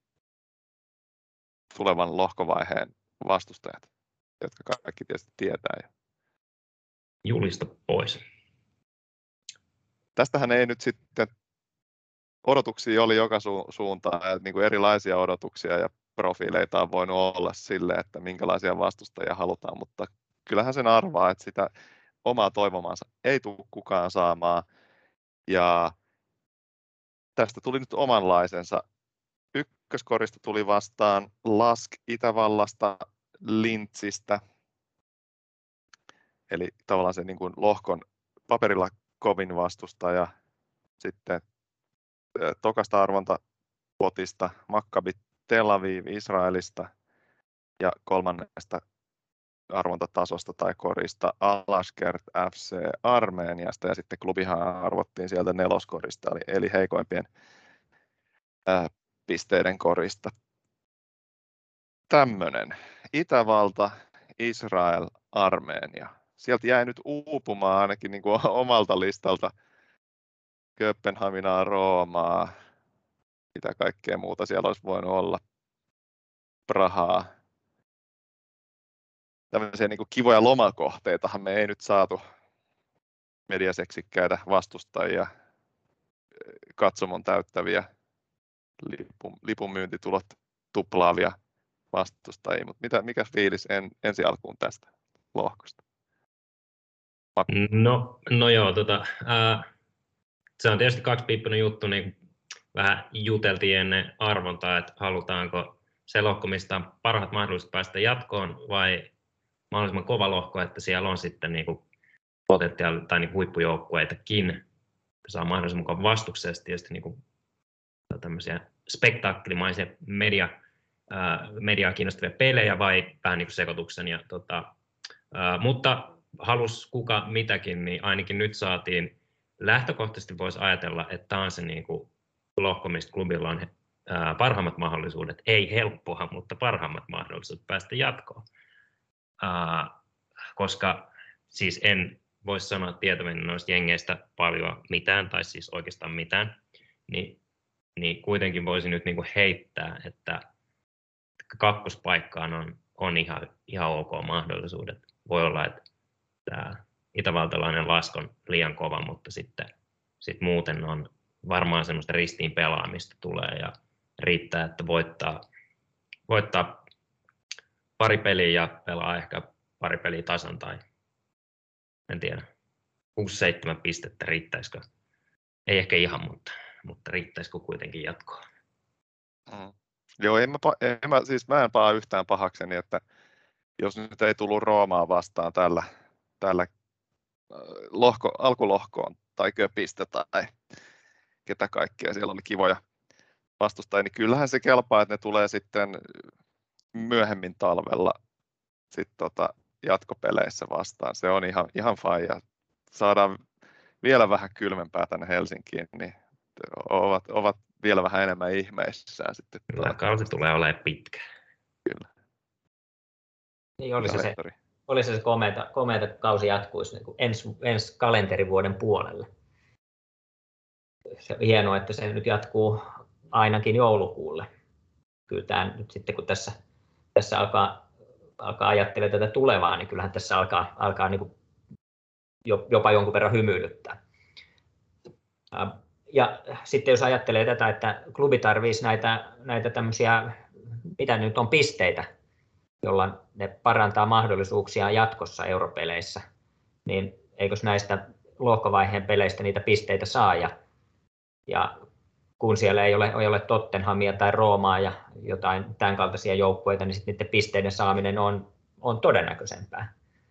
tulevan lohkovaiheen vastustajat, jotka kaikki tietysti tietää? Julista pois. Tästähän ei nyt sitten, odotuksia oli joka su- suuntaan, että niin kuin erilaisia odotuksia ja profiileita on voinut olla sille, että minkälaisia vastustajia halutaan, mutta kyllähän sen arvaa, että sitä omaa toivomaansa ei tule kukaan saamaan. Ja tästä tuli nyt omanlaisensa. Ykköskorista tuli vastaan Lask Itävallasta, Lintsistä, eli tavallaan se niin kuin lohkon paperilla kovin vastustaja. Sitten tokasta arvontapotista Maccabi Tel Aviv Israelista ja kolmannesta arvontatasosta tai korista Alaskert F C Armeniasta, ja sitten klubihan arvottiin sieltä neloskorista, eli, eli heikoimpien ää, pisteiden korista. Tämmöinen Itävalta, Israel, Armenia. Sieltä jäi nyt uupumaan ainakin niin kuin omalta listalta Kööpenhaminaa, Roomaa, mitä kaikkea muuta siellä olisi voinut olla, Prahaa. Tämmöisiä niin kuin kivoja lomakohteitahan me ei nyt saatu, mediaseksikkäitä vastustajia, katsomon täyttäviä, lipun, lipunmyyntitulot tuplaavia vastustajia, mutta mitä, mikä fiilis en, ensi alkuun tästä lohkosta? No, no joo, tota, ää, se on tietysti kaksipiippunen juttu, niin vähän juteltiin ennen arvontaa, että halutaanko se lohko, mistä on parhaat mahdollisuudet päästä jatkoon, vai mahdollisimman kova lohko, että siellä on sitten niinku potentiaali tai niinku huippujoukkueitakin, saa mahdollisimman mukaan vastuksesta, tietysti niinku tämmöisiä spektaakkelimaisia media, ää, mediaa kiinnostavia pelejä vai vähän niin kuin sekoituksen. Ja, tota, ää, mutta halus kuka mitäkin, niin ainakin nyt saatiin, lähtökohtaisesti voisi ajatella, että tämä on se niin kuin lohko, mistä klubilla on ää, parhaimmat mahdollisuudet, ei helppoa, mutta parhaimmat mahdollisuudet päästä jatkoon. Ää, koska siis en voisi sanoa tietäväni noista jengeistä paljon mitään, tai siis oikeastaan mitään, niin, niin kuitenkin voisin nyt niin kuin heittää, että kakkospaikkaan on, on ihan, ihan ok mahdollisuudet. Voi olla, että tämä itävaltalainen lasku on liian kova, mutta sitten sit muuten on varmaan semmoista ristiin pelaamista tulee ja riittää, että voittaa, voittaa pari peliä ja pelaa ehkä pari peliä tasan tai en tiedä, kuusi seitsemän pistettä riittäisikö? Ei ehkä ihan, mutta, mutta riittäisikö kuitenkin jatkoa? Mm. Joo, en mä, en mä, siis mä en paa yhtään pahakseni, että jos nyt ei tullut Roomaa vastaan tällä, tällä lohko, alkulohkoon tai Köpistä tai ketä kaikkea siellä oli kivoja vastustajia, niin kyllähän se kelpaa, että ne tulee sitten myöhemmin talvella sit tota jatkopeleissä vastaan. Se on ihan, ihan fine. Saadaan vielä vähän kylmempää tänne Helsinkiin, niin ovat, ovat vielä vähän enemmän ihmeissään sitten. Kyllä, kausi tulee olemaan pitkä. Kyllä. Niin olisi se, olisi se komeata, komeata kausi jatkuisi niin kuin ensi, ensi kalenterivuoden puolelle. Se hienoa, että se nyt jatkuu ainakin joulukuulle. Kyllä tämä nyt sitten, kun tässä, tässä alkaa, alkaa ajattelemaan tätä tulevaa, niin kyllähän tässä alkaa, alkaa niin kuin jopa jonkun verran hymyilyttää. Ja sitten jos ajattelee tätä, että klubi tarvitsisi näitä, näitä tämmöisiä, mitä nyt on pisteitä, jolla ne parantaa mahdollisuuksia jatkossa europeleissä, niin eikös näistä lohkovaiheen peleistä niitä pisteitä saa, ja, ja kun siellä ei ole, ei ole Tottenhamia tai Roomaa ja jotain tämän kaltaisia joukkueita, niin sitten niiden pisteiden saaminen on, on todennäköisempää.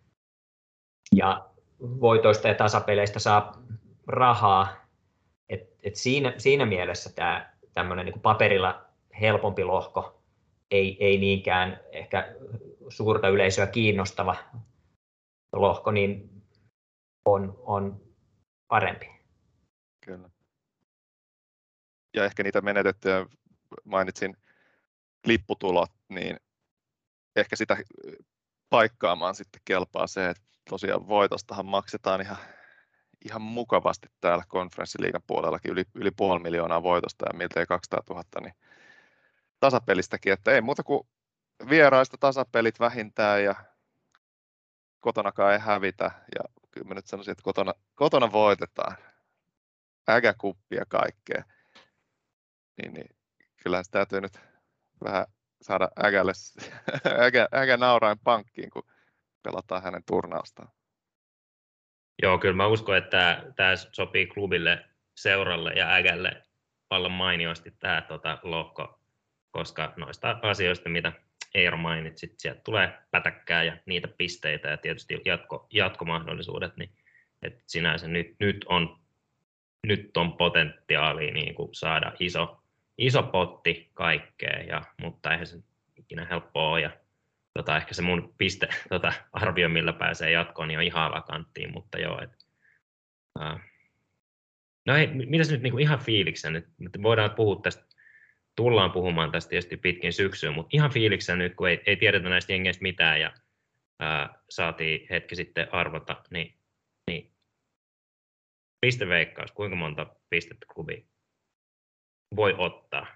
Ja voitoista ja tasapeleistä saa rahaa, et, et siinä, siinä mielessä tämä tämmöinen niin paperilla helpompi lohko, ei, ei niinkään ehkä suurta yleisöä kiinnostava lohko, niin on, on parempi. Kyllä. Ja ehkä niitä menetettyjä, mainitsin lipputulot, niin ehkä sitä paikkaamaan sitten kelpaa se, että tosiaan voitostahan maksetaan ihan, ihan mukavasti täällä konferenssiliigan puolellakin yli, yli puoli miljoonaa voitosta ja miltei kaksisataatuhatta, niin tasapelistäkin, että ei muuta kuin vieraista tasapelit vähintään ja kotonakaan ei hävitä ja kyllä mä nyt sanoisin, että kotona, kotona voitetaan, ägäkuppia kaikkea, niin, niin kyllähän sitä täytyy nyt vähän saada ägälle, ägä, ägä naurain pankkiin, kun pelataan hänen turnaustaan. Joo, kyllä mä uskon, että tämä sopii klubille, seuralle ja ägälle vallan mainiosti tämä tota, lohko, koska noista asioista, mitä Eero mainitsi, sieltä tulee pätäkkää ja niitä pisteitä ja tietysti jatko, jatkomahdollisuudet, niin että sinänsä nyt, nyt, on, nyt on potentiaalia niin kuin saada iso, iso potti kaikkea, ja, mutta eihän se ikinä helppoa ole. Ja, tota, ehkä se mun piste, tota, arvio, millä pääsee jatkoon, niin on ihan alakanttiin, mutta joo. Et, uh, no hei, mitäs nyt niinku ihan fiiliksen, nyt, nyt voidaan puhua tästä, tullaan puhumaan tästä tietysti pitkin syksyyn, mutta ihan fiiliksen nyt, kun ei, ei tiedetä näistä jengeistä mitään ja uh, saatiin hetki sitten arvota, niin, niin pisteveikkaus, kuinka monta pistettä klubi voi ottaa?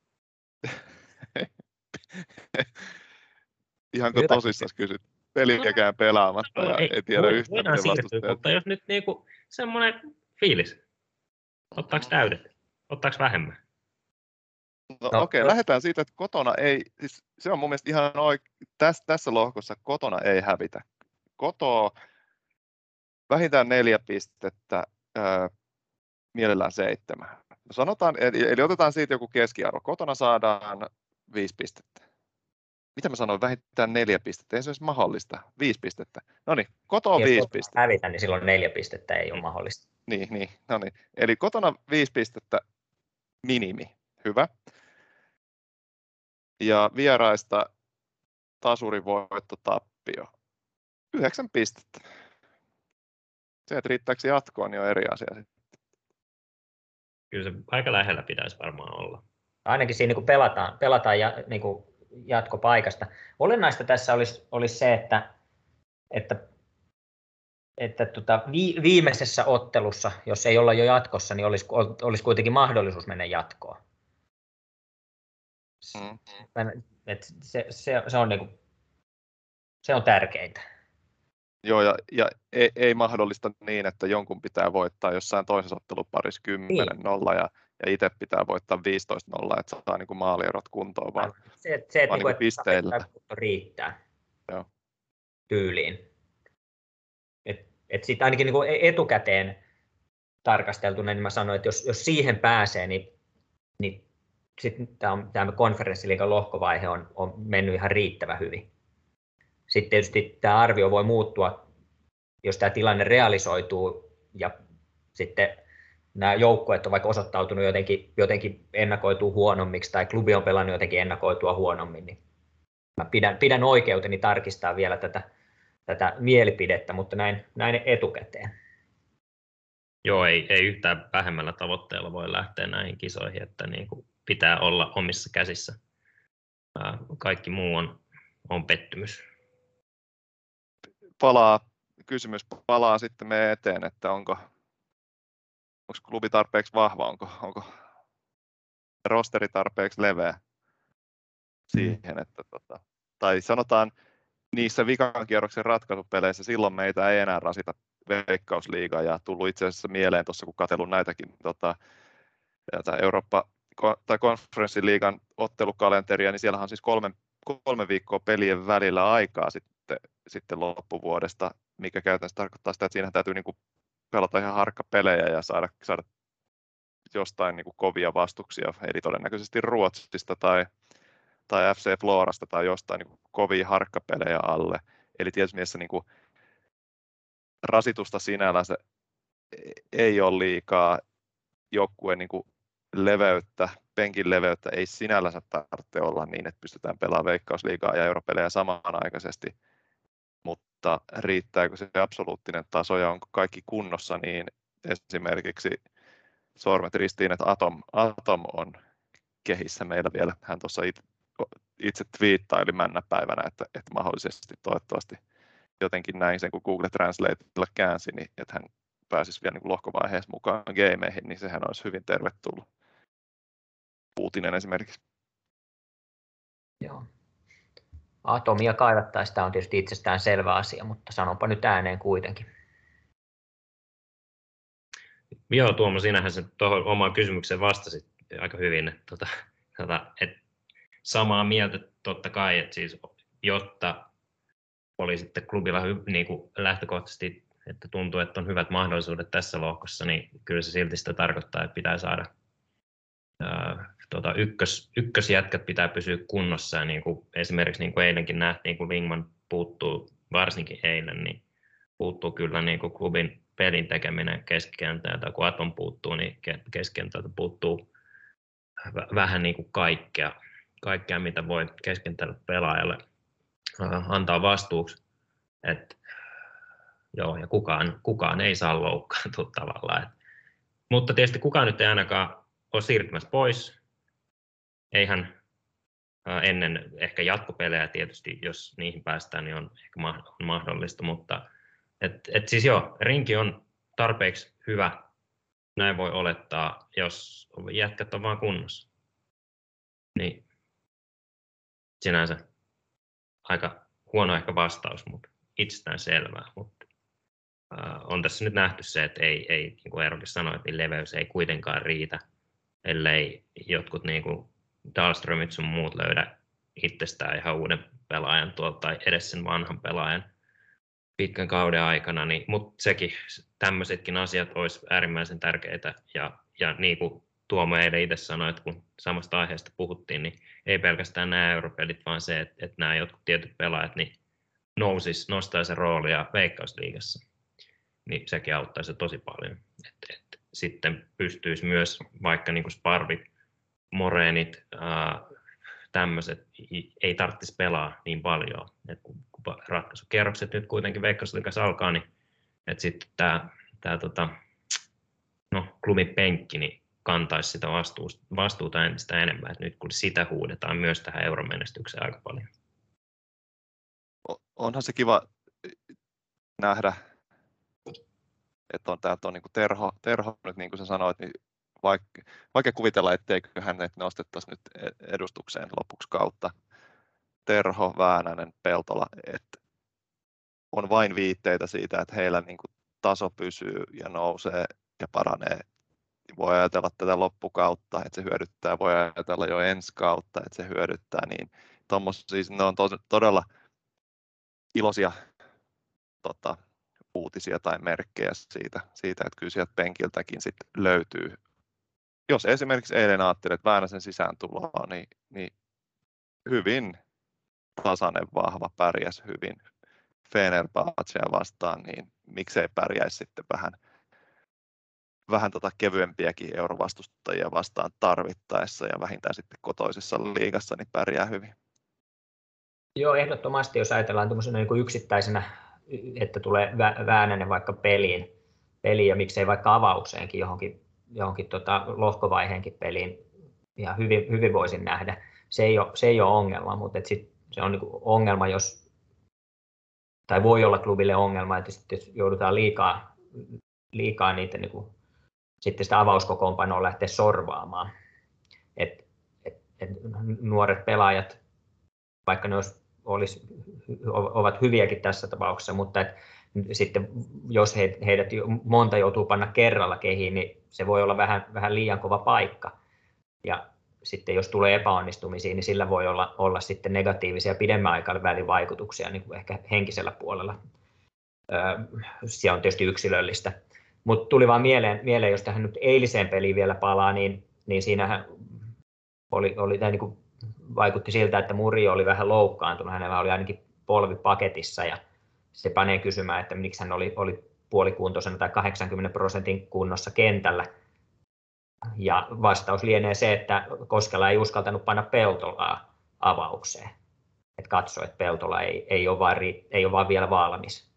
Ihanko tosissaan kysyt? Peliäkään pelaamatta ja ei, ei tiedä yhtään, miten vastustajat. Mutta jos nyt niinku semmoinen fiilis, ottaako täydet, ottaako vähemmän? No, no okei, okay, lähdetään siitä, että kotona ei, siis se on mun mielestä ihan oikein, tässä, tässä lohkossa kotona ei hävitä. Kotoa vähintään neljä pistettä, ää, mielellään seitsemän. No sanotaan, eli, eli otetaan siitä joku keskiarvo. Kotona saadaan viisi pistettä. Mitä mä sanoin, vähintään neljä pistettä, ei se olisi mahdollista, viisi pistettä. No niin, kotoa jos viisi pistettä. Hävitä, niin silloin neljä pistettä ei ole mahdollista. Niin, niin, no niin. Eli kotona viisi pistettä minimi, hyvä. Ja vieraista tasurivoitto tappio. Yhdeksän pistettä. Se, että riittääkö se jatkoon, niin on eri asia. Kyllä se aika lähellä pitäisi varmaan olla. Ainakin siinä niin pelataan, pelataan ja, niin kuin jatkopaikasta. Olennaista tässä olisi, olisi se, että, että, että tota, vi, viimeisessä ottelussa, jos ei olla jo jatkossa, niin olisi, olisi kuitenkin mahdollisuus mennä jatkoon. Mm. Et se, se, se, on niin kuin, se on tärkeintä. Joo, ja, ja ei, ei mahdollista niin, että jonkun pitää voittaa jossain toisessa otteluparissa kymmenen nolla ja, ja itse pitää voittaa viisitoista nolla, että saa niin kuin maalierot kuntoon, vaan, se, se, vaan niin niin pisteillä. Riittää Joo. Tyyliin. Et, et sit ainakin niin kuin etukäteen tarkasteltuna, niin mä sanoin, että jos, jos siihen pääsee, niin, niin sitten tämä konferenssiliigan lohkovaihe on, on mennyt ihan riittävän hyvin. Sitten tietysti tämä arvio voi muuttua, jos tämä tilanne realisoituu ja sitten nämä joukkueet on vaikka osoittautunut jotenkin, jotenkin ennakoitua huonommiksi tai klubi on pelannut jotenkin ennakoitua huonommin, niin mä pidän, pidän oikeuteni tarkistaa vielä tätä, tätä mielipidettä, mutta näin, näin etukäteen. Joo, ei, ei yhtään vähemmällä tavoitteella voi lähteä näihin kisoihin, että niin kuin pitää olla omissa käsissä. Kaikki muu on, on pettymys. Palaa, kysymys palaa sitten me eteen, että onko, onko klubi tarpeeksi vahva, onko, onko rosteri tarpeeksi leveä siihen, että tota, tai sanotaan niissä vikan kierroksen ratkaisupeleissä silloin meitä ei enää rasita Veikkausliigaa ja tullut itse asiassa mieleen tuossa, kun katsellut näitäkin tota, Eurooppa- tai konferenssiliigan ottelukalenteria, niin siellähän on siis kolme, kolme viikkoa pelien välillä aikaa sitten, sitten loppuvuodesta, mikä käytännössä tarkoittaa sitä, että siinä täytyy niin kuin pelata ihan harkkapelejä ja saada, saada jostain niin kuin kovia vastuksia, eli todennäköisesti Ruotsista tai, tai F C Florasta tai jostain niin kuin kovia harkkapelejä alle. Eli tietysti mielessä niin kuin rasitusta sinällään se ei ole liikaa, joukkueen niin kuin leveyttä, penkin leveyttä ei sinällänsä tarvitse olla niin, että pystytään pelaamaan Veikkausliigaa ja europelejä samanaikaisesti, mutta riittääkö se absoluuttinen taso ja onko kaikki kunnossa, niin esimerkiksi sormet ristiin, että Atom, Atom on kehissä meillä vielä. Hän tuossa itse, itse twiittaili männäpäivänä, että, että mahdollisesti toivottavasti jotenkin näin sen, kun Google Translatella käänsi, niin että hän pääsisi vielä niin lohkovaiheessa mukaan gameihin, niin sehän olisi hyvin tervetullut uutinen esimerkiksi. Joo. Atomia kaivattaessa tämä on tietysti itsestään selvä asia, mutta sanonpa nyt ääneen kuitenkin. Joo, Tuomo, sinähän se tuohon omaan kysymykseen vastasit aika hyvin. Että, tota, tota, et samaa mieltä totta kai, että siis, jotta oli sitten klubilla niin kuin lähtökohtaisesti, että tuntuu, että on hyvät mahdollisuudet tässä lohkossa, niin kyllä se silti sitä tarkoittaa, että pitää saada ää, tota, ykkös, ykkösjätkät pitää pysyä kunnossa. Ja niin kuin esimerkiksi niin kuin eilenkin nähtiin, kun Wingman puuttuu, varsinkin eilen, niin puuttuu kyllä niin kuin klubin pelin tekeminen keskikentältä. Kun Atom puuttuu, niin keskikentältä puuttuu vähän niin kuin kaikkea, kaikkea mitä voi keskikentällä pelaajalle antaa vastuuksi. Et, joo, ja kukaan, kukaan ei saa loukkaantua tavallaan. Et, mutta tietysti kukaan nyt ei ainakaan ole siirtymässä pois. Eihän ää, ennen ehkä jatkopelejä tietysti, jos niihin päästään, niin on ehkä on mahdollista. Mutta et, et siis joo, rinki on tarpeeksi hyvä. Näin voi olettaa, jos jätkät on vaan kunnossa. Niin sinänsä aika huono ehkä vastaus, mutta itsestään selvää. Mutta, ää, on tässä nyt nähty se, että ei, ei niin kuin Eerokin sanoi, että leveys ei kuitenkaan riitä, ellei jotkut niin kuin Dahlströmit sun muut löydä itsestään ihan uuden pelaajan tuolta tai edes sen vanhan pelaajan pitkän kauden aikana. Niin, mutta sekin, tämmöisetkin asiat olisi äärimmäisen tärkeitä. Ja, ja niin kuin Tuomo eilen itse sanoi, että kun samasta aiheesta puhuttiin, niin ei pelkästään nämä europelit, vaan se, että, että nämä jotkut tietyt pelaajat niin nousis, nostaisi roolia Veikkausliigassa. Niin sekin auttaisi tosi paljon. Et, et, sitten pystyisi myös vaikka niin kuin Sparvit, Morenit, ää, tämmöiset ei tarvitsisi pelaa niin paljon. Et kun ratkaisukierrokset nyt kuitenkin Veikkausliigassa alkaa, niin että sitten tämä tää, tota, no, klubin penkki niin kantaisi sitä vastuuta, vastuuta entistä enemmän. Et nyt kun sitä huudetaan myös tähän euromenestykseen aika paljon. Onhan se kiva nähdä, että on täältä on niin kuin Terho, Terho nyt niin kuin sä sanoit, niin vaikka, vaikka kuvitella, etteikö hänet nostettaisi nyt edustukseen lopuksi kautta. Terho, Väänänen, Peltola, että on vain viitteitä siitä, että heillä niin kuin taso pysyy ja nousee ja paranee. Voi ajatella tätä loppukautta, että se hyödyttää, voi ajatella jo ensi kautta, että se hyödyttää, niin siis ne on to- todella iloisia tota, uutisia tai merkkejä siitä, siitä, että kyllä sieltä penkiltäkin sit löytyy. Jos esimerkiksi eilen ajattelet Väänäsen sisääntuloa, niin, niin hyvin tasainen, vahva, pärjäs hyvin Fenerbahcea vastaan, niin miksei pärjäisi sitten vähän, vähän tota kevyempiäkin eurovastustajia vastaan tarvittaessa ja vähintään sitten kotoisessa liigassa niin pärjää hyvin. Joo, ehdottomasti, jos ajatellaan tuollaisena niin kuin yksittäisenä, että tulee Väänänen vaikka peliin, peliin ja miksei vaikka avaukseenkin johonkin, johonkin tota lohkovaiheenkin peliin, ja hyvin, hyvin voisin nähdä. Se ei ole, se ei ole ongelma, mutta et sit se on niin kuin ongelma, jos, tai voi olla klubille ongelma, että sitten joudutaan liikaa, liikaa niitä, niin kuin, sitten sitä avauskokoonpanoa lähteä sorvaamaan. Et, et, et nuoret pelaajat, vaikka ne olisi, olisi, ovat hyviäkin tässä tapauksessa, mutta et, sitten jos he, heidät monta joutuu panna kerralla kehiin, niin se voi olla vähän, vähän liian kova paikka. Ja sitten jos tulee epäonnistumisia, niin sillä voi olla, olla sitten negatiivisia pidemmän aikavälin vaikutuksia niin kuin ehkä henkisellä puolella. Öö, se on tietysti yksilöllistä. Mutta tuli vaan mieleen, mieleen, jos tähän nyt eiliseen peliin vielä palaa, niin, niin siinähän oli, oli tämä niin kuin vaikutti siltä, että Murillo oli vähän loukkaantunut. Hänellä oli ainakin polvi paketissa ja se panee kysymään, että miksi hän oli, oli puolikuntoisena tai kahdeksankymmentä prosentin kunnossa kentällä. Ja vastaus lienee se, että Koskela ei uskaltanut panna Peltolaa avaukseen. Et katso, että Peltola ei, ei, ole vaan, ei ole vaan vielä valmis.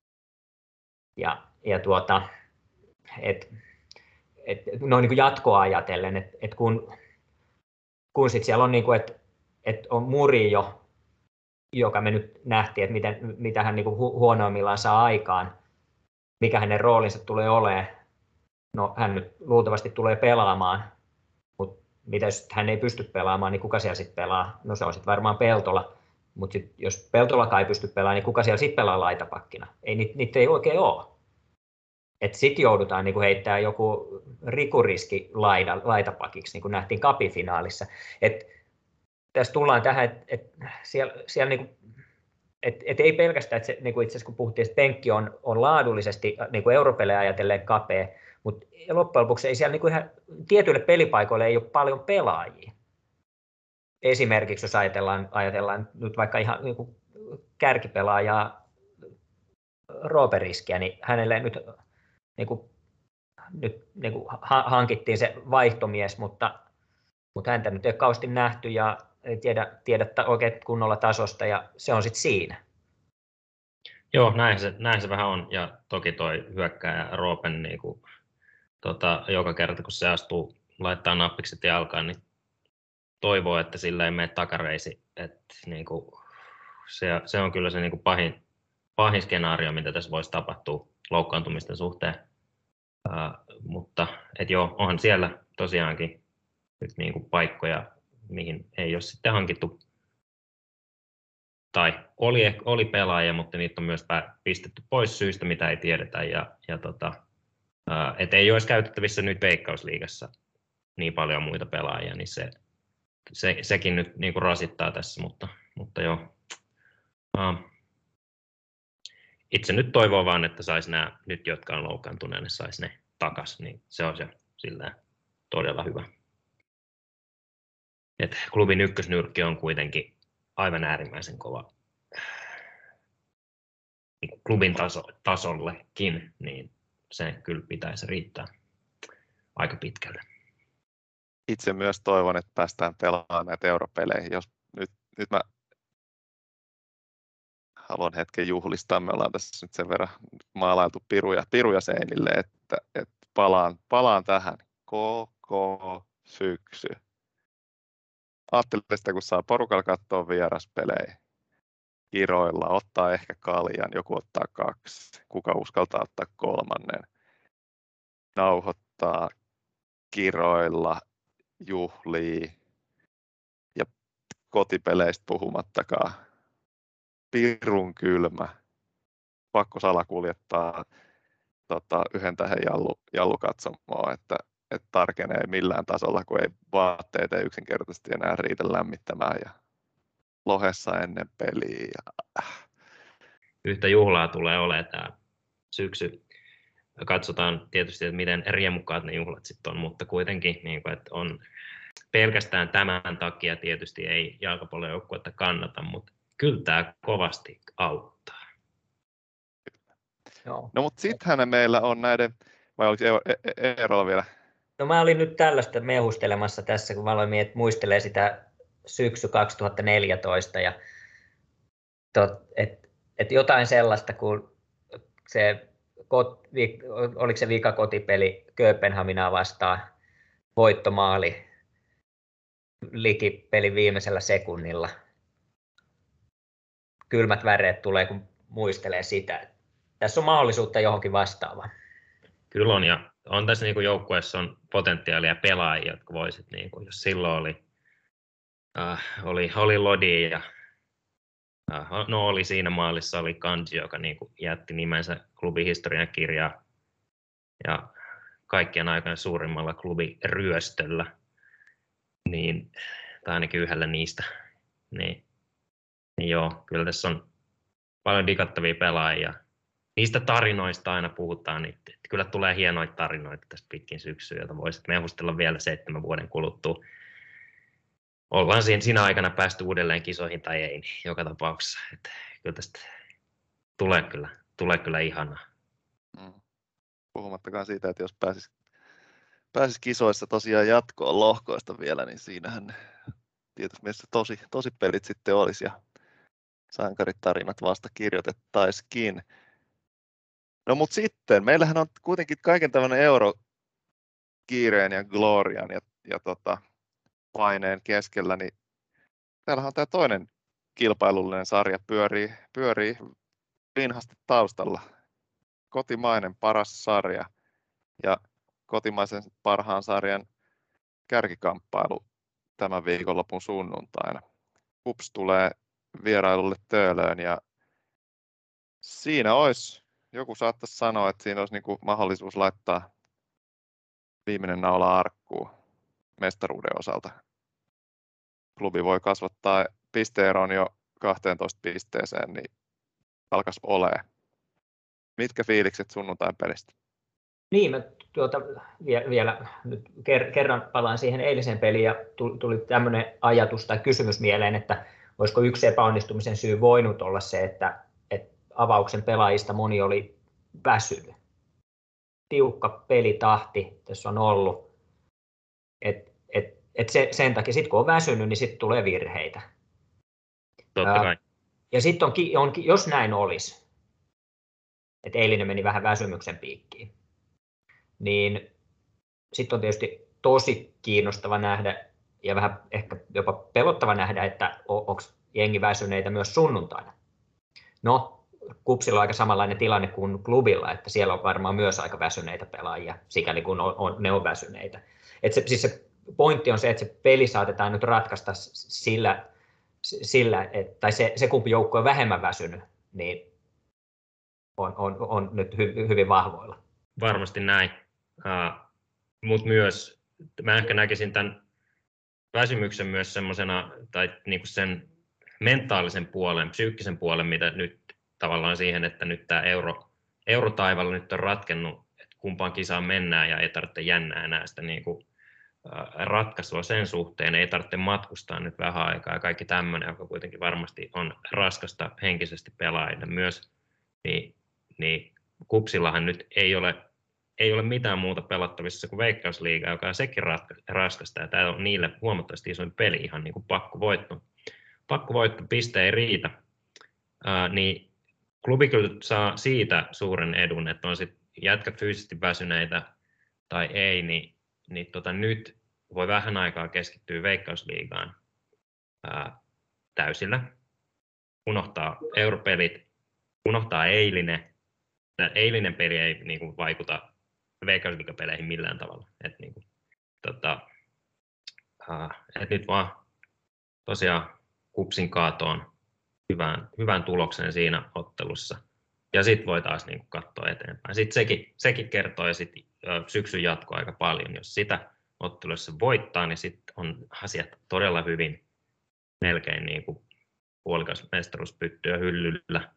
Ja, ja tuota, et, et, noin niin kuin jatkoa ajatellen, että et kun, kun sit siellä on, niin kuin, että et on Murillo, joka me nyt nähtiin, että miten, mitä hän niin kuin huonoimmillaan saa aikaan, mikä hänen roolinsa tulee olemaan. No hän nyt luultavasti tulee pelaamaan, mutta mitä jos hän ei pysty pelaamaan, niin kuka siellä sitten pelaa? No se on sitten varmaan Peltola, mutta jos Peltolakaan ei pysty pelaamaan, niin kuka siellä sitten pelaa laitapakkina? Ei, niitä, niitä ei oikein ole. Sitten joudutaan niin heittämään joku rikuriski laida, laitapakiksi, niin kuin nähtiin kapifinaalissa. Et tässä tullaan tähän, että et siellä, siellä niin kuin, et, et ei pelkästään, että se, niin kuin itse asiassa kun puhuttiin, että penkki on, on laadullisesti niin kuin europelejä ajatellen kapea, mutta loppujen lopuksi ei siellä niin kuin ihan, tietyille pelipaikoille ei ole paljon pelaajia. Esimerkiksi jos ajatellaan, ajatellaan nyt vaikka ihan niin kuin kärkipelaajaa Rooperiskiä, niin hänelle nyt, niin kuin, nyt niin kuin hankittiin se vaihtomies, mutta, mutta häntä nyt ei ole kauheasti nähty ja ei tiedä, tiedä oikein kunnolla tasosta ja se on sitten siinä. Joo, näin se, näin se vähän on ja toki toi hyökkääjä Roopen niin kuin, tota, joka kerta kun se astuu laittaa nappikset jalkaan, niin toivoo, että sillä ei mene takareisi. Et, niin kuin, se, se on kyllä se niin kuin pahin, pahin skenaario, mitä tässä voisi tapahtua loukkaantumisten suhteen. Uh, mutta et joo, onhan siellä tosiaankin nyt niin kuin paikkoja, mihin ei ole sitten hankittu. Tai oli, oli pelaajia, mutta niitä on myös pistetty pois syistä, mitä ei tiedetä. Ja, ja tota, uh, et ei olisi käytettävissä nyt Veikkausliigassa niin paljon muita pelaajia, niin se, se, sekin nyt niin kuin rasittaa tässä, mutta, mutta joo. Uh, itse nyt toivon vaan, että saisi nämä nyt, jotka on loukkaantuneet, saisi ne takaisin, niin se on se sillä todella hyvä. Et klubin ykkösnyrkki on kuitenkin aivan äärimmäisen kova niin klubin taso, tasollekin, niin se kyllä pitäisi riittää aika pitkälle. itse myös toivon, että päästään pelaamaan näitä europeleihin. Jos nyt, nyt mä haluan hetken juhlistaa, me ollaan tässä nyt sen verran maalailtu piruja, piruja seinille, että, että palaan, palaan tähän koko syksy. Ajattelin sitä, kun saa porukalla katsoa vieraspelejä kiroilla, ottaa ehkä kaljan, joku ottaa kaksi, kuka uskaltaa ottaa kolmannen, nauhoittaa kiroilla, juhlii ja kotipeleistä puhumattakaan. Pirun kylmä. Pakko salakuljettaa tota, yhden tähän jallu, jallukatsomoon, että, että tarkenee millään tasolla, kun ei vaatteet ei yksinkertaisesti enää riitä lämmittämään ja lohessa ennen peliä. Ja... Yhtä juhlaa tulee olemaan tämä syksy. Katsotaan tietysti, että miten riemukkaat ne juhlat sitten on, mutta kuitenkin niin kuin, että on pelkästään tämän takia tietysti ei jalkapallojoukkuetta kannata, mutta kyllä tämä kovasti auttaa. Joo. No mutta sittenhän meillä on näiden, vai oliko Eerolla vielä? No mä olin nyt tällaista mehustelemassa tässä, kun mä aloin miet, muistelee sitä syksy kaksituhattaneljätoista ja että et jotain sellaista, kun se, kot, vi, oliko se vika kotipeli Kööpenhaminaa vastaan, voittomaali liki pelin viimeisellä sekunnilla. Kylmät väreet tulee, kun muistelee sitä. Tässä on mahdollisuutta johonkin vastaavaan. Kyllä on, ja on tässä niin kuin joukkueessa on potentiaalia pelaajia, jotka voisit, niin kuin, jos silloin oli, äh, oli, oli Lodi ja äh, no oli siinä maalissa oli Kanji, joka niin kuin jätti nimensä klubin historian kirjaa ja kaikkien aikojen suurimmalla klubiryöstöllä, niin, tai ainakin yhdellä niistä, niin, niin joo, kyllä tässä on paljon digattavia pelaajia. Niistä tarinoista aina puhutaan, niin että kyllä tulee hienoja tarinoita tästä pitkin syksyä, joita voisit mehustella vielä seitsemän vuoden kuluttua. Ollaan siinä, siinä aikana päästy uudelleen kisoihin tai ei, niin joka tapauksessa. Että kyllä tästä tulee kyllä, tulee kyllä ihanaa. Mm. Puhumattakaan siitä, että jos pääsis, pääsis kisoissa tosiaan jatkoon lohkoista vielä, niin siinähän tietysti mielessä tosi, tosi pelit sitten olisi ja sankaritarinat vasta kirjoitettaisikin. No mutta sitten, meillähän on kuitenkin kaiken tämmöinen eurokiireen ja glorian ja, ja tota, paineen keskellä, niin täällähän on tämä toinen kilpailullinen sarja pyörii, pyörii vinhasti taustalla. Kotimainen paras sarja ja kotimaisen parhaan sarjan kärkikamppailu tämän viikonlopun sunnuntaina. KuPS tulee vierailulle Töölöön ja siinä olisi, joku saattaisi sanoa, että siinä olisi niin kuin mahdollisuus laittaa viimeinen naula arkkuun mestaruuden osalta. Klubi voi kasvattaa pisteeron jo kahteentoista pisteeseen, niin alkaisi olemaan. Mitkä fiilikset sunnuntain pelistä? Niin, mä tuota, vielä, vielä nyt kerran palaan siihen eiliseen peliin ja tuli tämmöinen ajatus tai kysymys mieleen, että olisiko yksi epäonnistumisen syy voinut olla se, että, että avauksen pelaajista moni oli väsynyt. Tiukka pelitahti tässä on ollut. Et, et, et se, sen takia, sit kun on väsynyt, niin sitten tulee virheitä. Totta kai. Ja sitten on, on, jos näin olisi, että eilinen meni vähän väsymyksen piikkiin, niin sitten on tietysti tosi kiinnostava nähdä ja vähän ehkä jopa pelottava nähdä, että onko jengi väsyneitä myös sunnuntaina. No, KuPSilla on aika samanlainen tilanne kuin klubilla, että siellä on varmaan myös aika väsyneitä pelaajia, sikäli kun on, on, ne on väsyneitä. Et se, siis se pointti on se, että se peli saatetaan nyt ratkaista sillä, sillä että, tai se, se kumpi joukko on vähemmän väsynyt, niin on, on, on nyt hy, hyvin vahvoilla. Varmasti näin, uh, mutta myös mä ehkä näkisin tämän väsymyksen myös semmoisena, tai niinku sen mentaalisen puolen, psyykkisen puolen, mitä nyt tavallaan siihen, että nyt tämä euro, eurotaivalla nyt on ratkennut, että kumpaan kisaan mennään ja ei tarvitse jännää enää sitä niinku, uh, ratkaisua sen suhteen, ei tarvitse matkustaa nyt vähän aikaa ja kaikki tämmöinen, joka kuitenkin varmasti on raskasta henkisesti pelaajille myös, niin, niin KuPSillahan nyt ei ole ei ole mitään muuta pelattavissa kuin Veikkausliiga, joka on sekin raskasta, ja tämä on niille huomattavasti isoin peli, ihan niin kuin pakkovoitto. Pakkovoitto, piste ei riitä, Ää, niin klubi kyllä saa siitä suuren edun, että on sitten jätkät fyysisesti väsyneitä tai ei, niin, niin tota, nyt voi vähän aikaa keskittyä Veikkausliigaan ää, täysillä, unohtaa europelit, unohtaa eilinen. Eilinen peli ei niin kuin, vaikuta Veikkausliigapeleihin millään tavalla. Et, niin kuin, tota, ää, et nyt vaan tosiaan Kupsin kaatoon hyvään, hyvään tuloksen siinä ottelussa. Ja sitten voi taas niin kuin, katsoa eteenpäin. Sitten sekin, sekin kertoo ja sit, ö, syksyn jatko aika paljon. Jos sitä ottelussa voittaa, niin sitten on asiat todella hyvin, melkein niin kuin puolikas mestaruuspyttyä hyllyllä.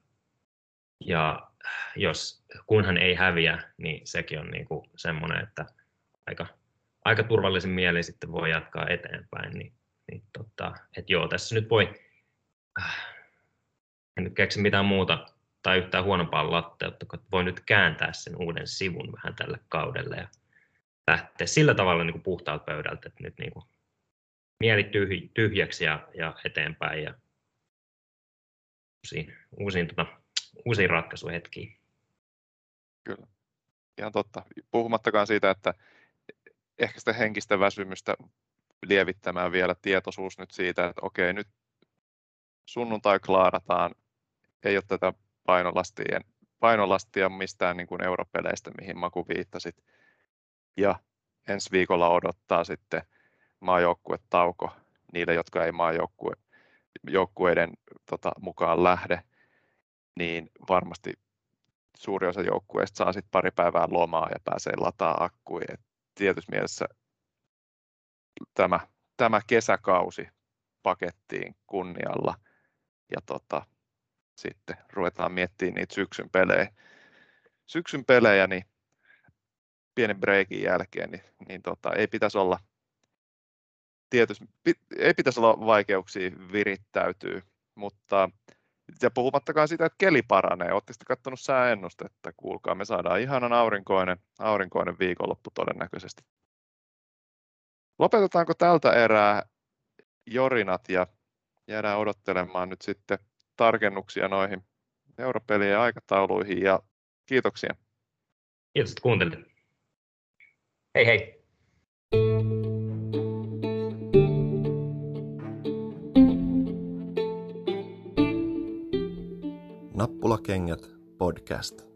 Ja jos, kunhan ei häviä, niin sekin on niin kuin semmoinen, että aika, aika turvallisen mielin sitten voi jatkaa eteenpäin. Niin, niin tota, että joo, tässä nyt voi, äh, en nyt keksi mitään muuta tai yhtään huonompaa latteutta, kun voi nyt kääntää sen uuden sivun vähän tälle kaudelle ja lähteä sillä tavalla niin kuin puhtaalta pöydältä, että nyt niin kuin mieli tyhj- tyhjäksi ja, ja eteenpäin ja uusiin, uusiin, tota, uusiin ratkaisuhetkiin. Kyllä, ihan totta. Puhumattakaan siitä, että ehkä sitä henkistä väsymystä lievittämään vielä tietoisuus nyt siitä, että okei, nyt sunnuntai klaarataan, ei ole tätä painolastia, painolastia mistään niin kuin europeleistä, mihin Maku viittasit. Ja ensi viikolla odottaa sitten maajoukkuetauko niille, jotka ei maajoukkueiden tota, mukaan lähde, niin varmasti suuri osa joukkueista saa sitten pari päivää lomaa ja pääsee lataa akkuja. Et tietysti mielessä tämä, tämä kesäkausi pakettiin kunnialla ja tota, sitten ruvetaan miettimään niitä syksyn pelejä. Syksyn pelejä, niin pienen breikin jälkeen, niin, niin tota, ei pitäisi olla tietysti, ei pitäisi olla vaikeuksia virittäytyä, mutta ja puhumattakaan siitä, että keli paranee. Oletteko sitten katsonut sääennustetta? Kuulkaa, me saadaan ihanan aurinkoinen, aurinkoinen viikonloppu todennäköisesti. Lopetetaanko tältä erää jorinat ja jäädään odottelemaan nyt sitten tarkennuksia noihin europelien aikatauluihin ja kiitoksia. Kiitos, että kuuntelit. Hei hei. Nappulakengät podcast.